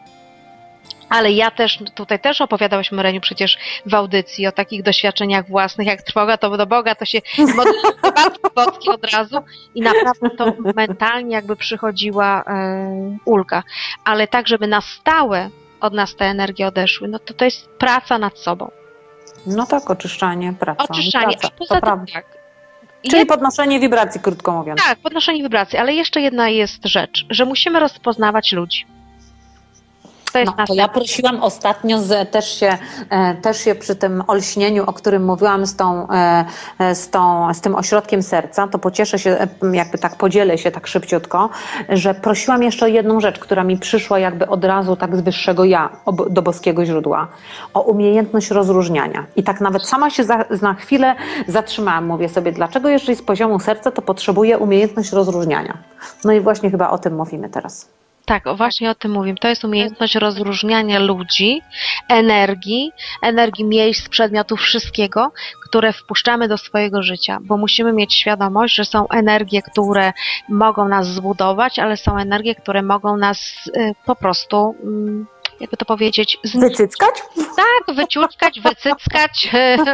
Ale ja też, tutaj też opowiadałyśmy, Reniu, przecież w audycji o takich doświadczeniach własnych, jak trwoga to do Boga, to się modli do Matki Boskiej od razu i naprawdę to mentalnie jakby przychodziła e, ulga. Ale tak, żeby na stałe od nas te energie odeszły, no to to jest praca nad sobą. No tak, oczyszczanie, praca. Oczyszczanie, praca, a poza tym prawda. tak. Czyli Jed... podnoszenie wibracji, krótko mówiąc. Tak, podnoszenie wibracji, ale jeszcze jedna jest rzecz, że musimy rozpoznawać ludzi. To jest No, to ja prosiłam ostatnio, z, też, się, e, też się przy tym olśnieniu, o którym mówiłam z, tą, e, z, tą, z tym ośrodkiem serca, to pocieszę się, e, jakby tak podzielę się tak szybciutko, że prosiłam jeszcze o jedną rzecz, która mi przyszła jakby od razu tak z wyższego ja, ob, do boskiego źródła, o umiejętność rozróżniania. I tak nawet sama się za, na chwilę zatrzymałam, mówię sobie, dlaczego jeżeli z poziomu serca, to potrzebuję umiejętność rozróżniania. No i właśnie chyba o tym mówimy teraz. Tak, właśnie o tym mówię. To jest umiejętność rozróżniania ludzi, energii, energii miejsc, przedmiotów, wszystkiego, które wpuszczamy do swojego życia, bo musimy mieć świadomość, że są energie, które mogą nas zbudować, ale są energie, które mogą nas y, po prostu, y, jakby to powiedzieć, z... Wycyckać? Tak, wyciuckać, wycyckać,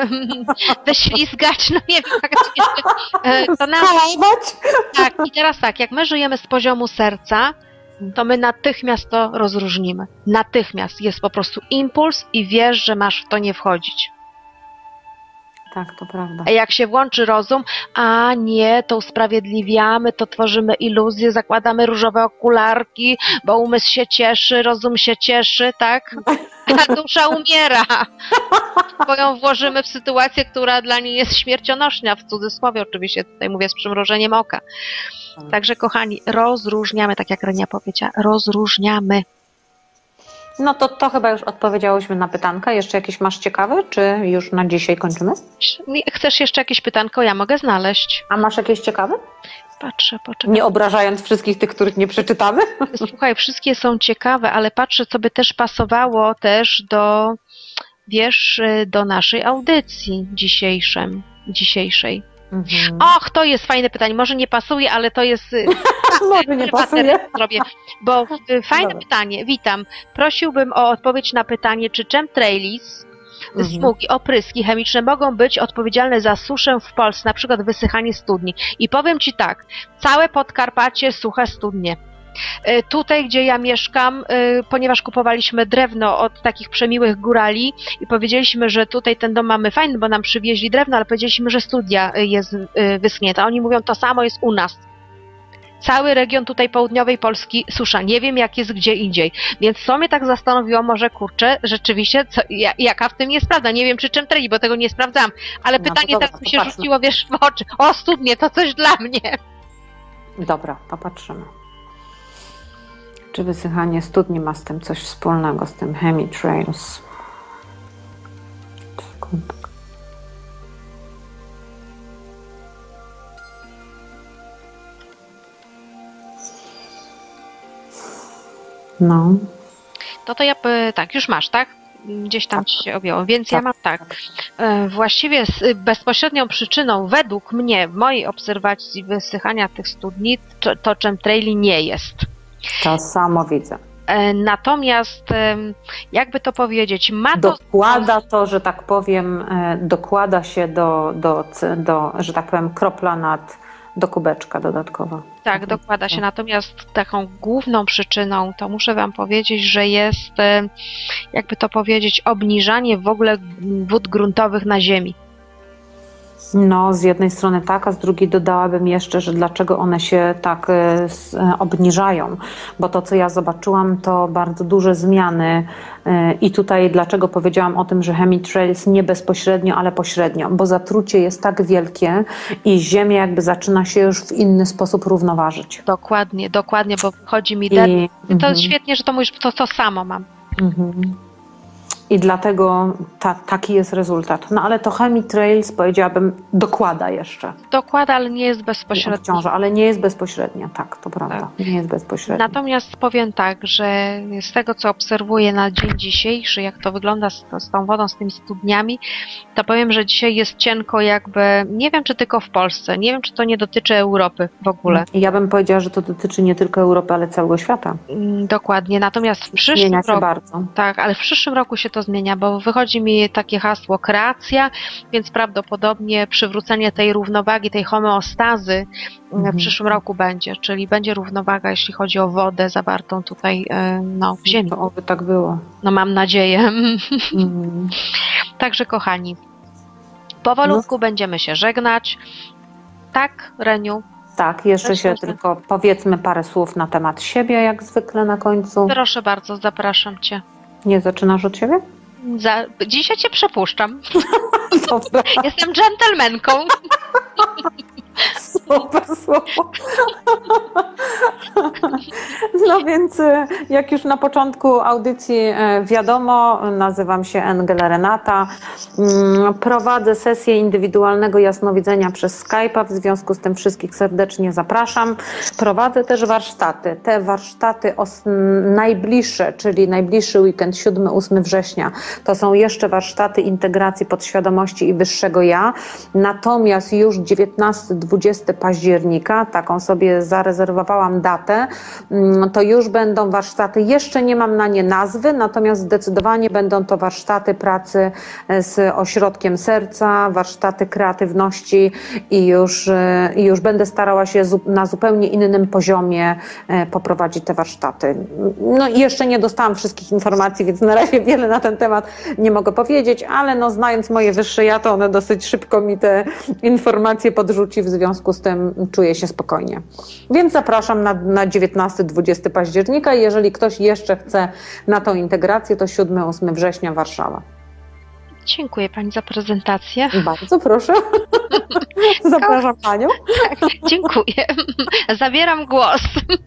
wyślizgać, no nie wiem, jak to jeszcze to nazwać. Tak, i teraz tak, jak my żyjemy z poziomu serca, to my natychmiast to rozróżnimy. Natychmiast jest po prostu impuls i wiesz, że masz w to nie wchodzić. Tak, to prawda. A jak się włączy rozum, a nie, to usprawiedliwiamy, to tworzymy iluzję, zakładamy różowe okularki, bo umysł się cieszy, rozum się cieszy, tak? A dusza umiera. Bo ją włożymy w sytuację, która dla niej jest śmiercionośna, w cudzysłowie oczywiście, tutaj mówię z przymrużeniem oka. Także kochani, rozróżniamy, tak jak Renia powiedziała, rozróżniamy. No to, to chyba już odpowiedziałyśmy na pytanka. Jeszcze jakieś masz ciekawe, czy już na dzisiaj kończymy? Chcesz jeszcze jakieś pytanko? Ja mogę znaleźć. A masz jakieś ciekawe? Patrzę, poczekaj. Nie obrażając wszystkich tych, których nie przeczytamy? Słuchaj, wszystkie są ciekawe, ale patrzę, co by też pasowało też do, wiesz, do naszej audycji dzisiejszej. dzisiejszej. Mhm. Och, to jest fajne pytanie. Może nie pasuje, ale to jest... Może nie pasuje. Zrobię, bo fajne Dobra. pytanie. Witam. Prosiłbym o odpowiedź na pytanie, czy chemtrailis, mhm. smugi, opryski chemiczne mogą być odpowiedzialne za suszę w Polsce, na przykład wysychanie studni. I powiem Ci tak, całe Podkarpacie suche studnie. Tutaj, gdzie ja mieszkam, ponieważ kupowaliśmy drewno od takich przemiłych górali i powiedzieliśmy, że tutaj ten dom mamy fajny, bo nam przywieźli drewno, ale powiedzieliśmy, że studnia jest wyschnięta. Oni mówią, to samo jest u nas. Cały region tutaj południowej Polski susza. Nie wiem, jak jest gdzie indziej. Więc co mnie tak zastanowiło, może kurczę, rzeczywiście, co, jaka w tym jest prawda. Nie wiem, czy czym treli, bo tego nie sprawdzam. Ale no, pytanie dobra, teraz mi się popatrzmy. Rzuciło, wiesz, w oczy. O, studnie, to coś dla mnie. Dobra, popatrzymy. Czy wysychanie studni ma z tym coś wspólnego, z tym chemtrails? No. To to ja, tak, już masz, tak? Gdzieś tam tak. ci się objęło, więc tak. Ja mam tak. tak. Właściwie bezpośrednią przyczyną, według mnie, w mojej obserwacji wysychania tych studni, to, to chemtraili nie jest. To samo widzę. Natomiast, jakby to powiedzieć, ma to... Dokłada to, że tak powiem, dokłada się do, do, do że tak powiem, kropla nad, do kubeczka dodatkowo. Tak, dokłada się. Natomiast taką główną przyczyną, to muszę Wam powiedzieć, że jest, jakby to powiedzieć, obniżanie w ogóle wód gruntowych na ziemi. No, z jednej strony tak, a z drugiej dodałabym jeszcze, że dlaczego one się tak e, obniżają, bo to, co ja zobaczyłam, to bardzo duże zmiany e, i tutaj dlaczego powiedziałam o tym, że chemtrails nie bezpośrednio, ale pośrednio, bo zatrucie jest tak wielkie i ziemia jakby zaczyna się już w inny sposób równoważyć. Dokładnie, dokładnie, bo chodzi mi... I, to mm-hmm. jest świetnie, że to mówisz, to, to samo mam. Mm-hmm. I dlatego ta, taki jest rezultat. No ale to chemtrails, powiedziałabym, dokłada jeszcze. Dokłada, ale nie jest bezpośrednio. Wciąż, ale nie jest bezpośrednio, tak, to prawda. Tak. Nie jest bezpośrednio. Natomiast powiem tak, że z tego, co obserwuję na dzień dzisiejszy, jak to wygląda z, z tą wodą, z tymi studniami, to powiem, że dzisiaj jest cienko jakby, nie wiem, czy tylko w Polsce, nie wiem, czy to nie dotyczy Europy w ogóle. I ja bym powiedziała, że to dotyczy nie tylko Europy, ale całego świata. Dokładnie, natomiast w przyszłym Zmienia się roku, bardzo. Tak, ale w przyszłym roku się to zmienia, bo wychodzi mi takie hasło kreacja, więc prawdopodobnie przywrócenie tej równowagi, tej homeostazy mhm. w przyszłym roku będzie, czyli będzie równowaga, jeśli chodzi o wodę zawartą tutaj no, w ziemi. To oby tak było. No mam nadzieję. Mhm. Także kochani, powolutku no. będziemy się żegnać. Tak, Reniu? Tak, jeszcze Też się można. tylko powiedzmy parę słów na temat siebie, jak zwykle na końcu. Proszę bardzo, zapraszam Cię. Nie zaczynasz od siebie? Za... Dzisiaj Cię przepuszczam. Dobra. Jestem dżentelmenką. Super słowo. No więc jak już na początku audycji wiadomo, nazywam się Engel Renata. Prowadzę sesję indywidualnego jasnowidzenia przez Skype'a, w związku z tym wszystkich serdecznie zapraszam. Prowadzę też warsztaty. Te warsztaty najbliższe, czyli najbliższy weekend siódmego ósmego września, to są jeszcze warsztaty integracji podświadomości i wyższego ja. Natomiast już dziewiętnastego dwudziestego października, taką sobie zarezerwowałam datę, to już będą warsztaty, jeszcze nie mam na nie nazwy, natomiast zdecydowanie będą to warsztaty pracy z ośrodkiem serca, warsztaty kreatywności i już, i już będę starała się na zupełnie innym poziomie poprowadzić te warsztaty. No i jeszcze nie dostałam wszystkich informacji, więc na razie wiele na ten temat nie mogę powiedzieć, ale no znając moje wyższe ja, to one dosyć szybko mi te informacje podrzuci, w związku z tym czuję się spokojnie. Więc zapraszam na, na dziewiętnastego dwudziestego października i jeżeli ktoś jeszcze chce na tą integrację, to siódmego ósmego września Warszawa. Dziękuję Pani za prezentację. Bardzo proszę. Zapraszam Panią. Tak, dziękuję. Zabieram głos.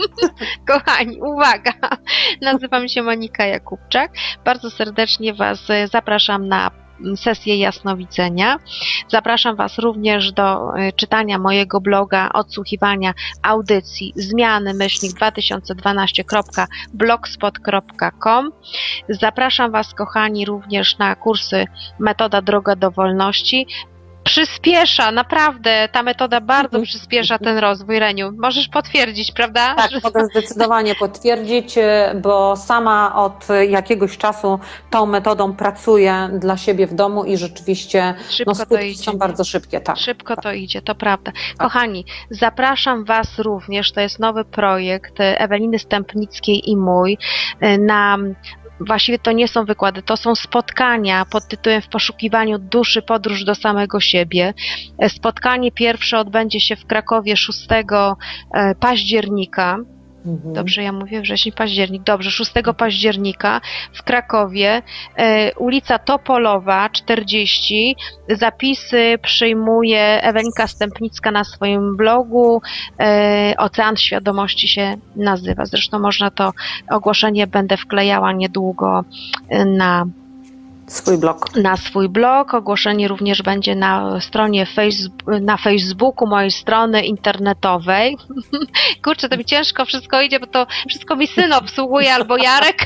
Kochani, uwaga. Nazywam się Monika Jakubczak. Bardzo serdecznie Was zapraszam na sesję jasnowidzenia. Zapraszam Was również do czytania mojego bloga, odsłuchiwania audycji zmiany myślnik dwa tysiące dwanaście kropka blogspot kropka com. Zapraszam Was, kochani, również na kursy Metoda Droga do Wolności. Przyspiesza, naprawdę, ta metoda bardzo przyspiesza ten rozwój. Reniu, możesz potwierdzić, prawda? Tak, mogę zdecydowanie potwierdzić, bo sama od jakiegoś czasu tą metodą pracuję dla siebie w domu i rzeczywiście no, skutki są bardzo szybkie. Tak, Szybko tak. to idzie, to prawda. Kochani, zapraszam Was również, to jest nowy projekt Eweliny Stępnickiej i mój, na... Właściwie to nie są wykłady, to są spotkania pod tytułem W poszukiwaniu duszy, podróż do samego siebie. Spotkanie pierwsze odbędzie się w Krakowie szóstego października. Mhm. Dobrze ja mówię? Wrzesień, październik. Dobrze, szóstego października w Krakowie, e, ulica Topolowa czterdzieści. Zapisy przyjmuje Ewelinka Stępnicka na swoim blogu. E, Ocean Świadomości się nazywa. Zresztą można to ogłoszenie będę wklejała niedługo na swój blog. Na swój blog. Ogłoszenie również będzie na stronie Facebook, na Facebooku mojej strony internetowej. Kurczę, to mi ciężko wszystko idzie, bo to wszystko mi syn obsługuje albo Jarek,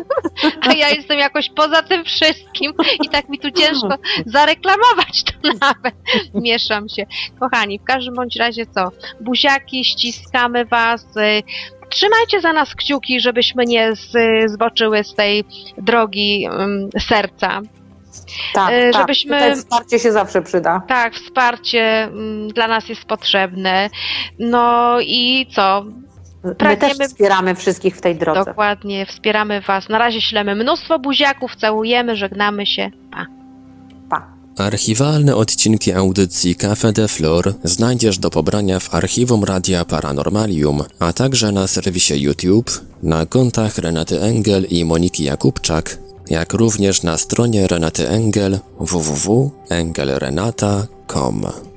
a ja jestem jakoś poza tym wszystkim i tak mi tu ciężko zareklamować to nawet. Mieszam się. Kochani, w każdym bądź razie co? Buziaki, ściskamy Was. Trzymajcie za nas kciuki, żebyśmy nie zboczyły z tej drogi um, serca. Tak, żebyśmy, tak. Tutaj wsparcie się zawsze przyda. Tak, wsparcie um, dla nas jest potrzebne. No i co? Pragniemy... My też wspieramy wszystkich w tej drodze. Dokładnie, wspieramy Was. Na razie ślemy mnóstwo buziaków, całujemy, żegnamy się. Pa. Pa. Archiwalne odcinki audycji Café de Flor znajdziesz do pobrania w archiwum Radia Paranormalium, a także na serwisie YouTube, na kontach Renaty Engel i Moniki Jakubczak, jak również na stronie Renaty Engel w w w kropka engelrenata kropka com.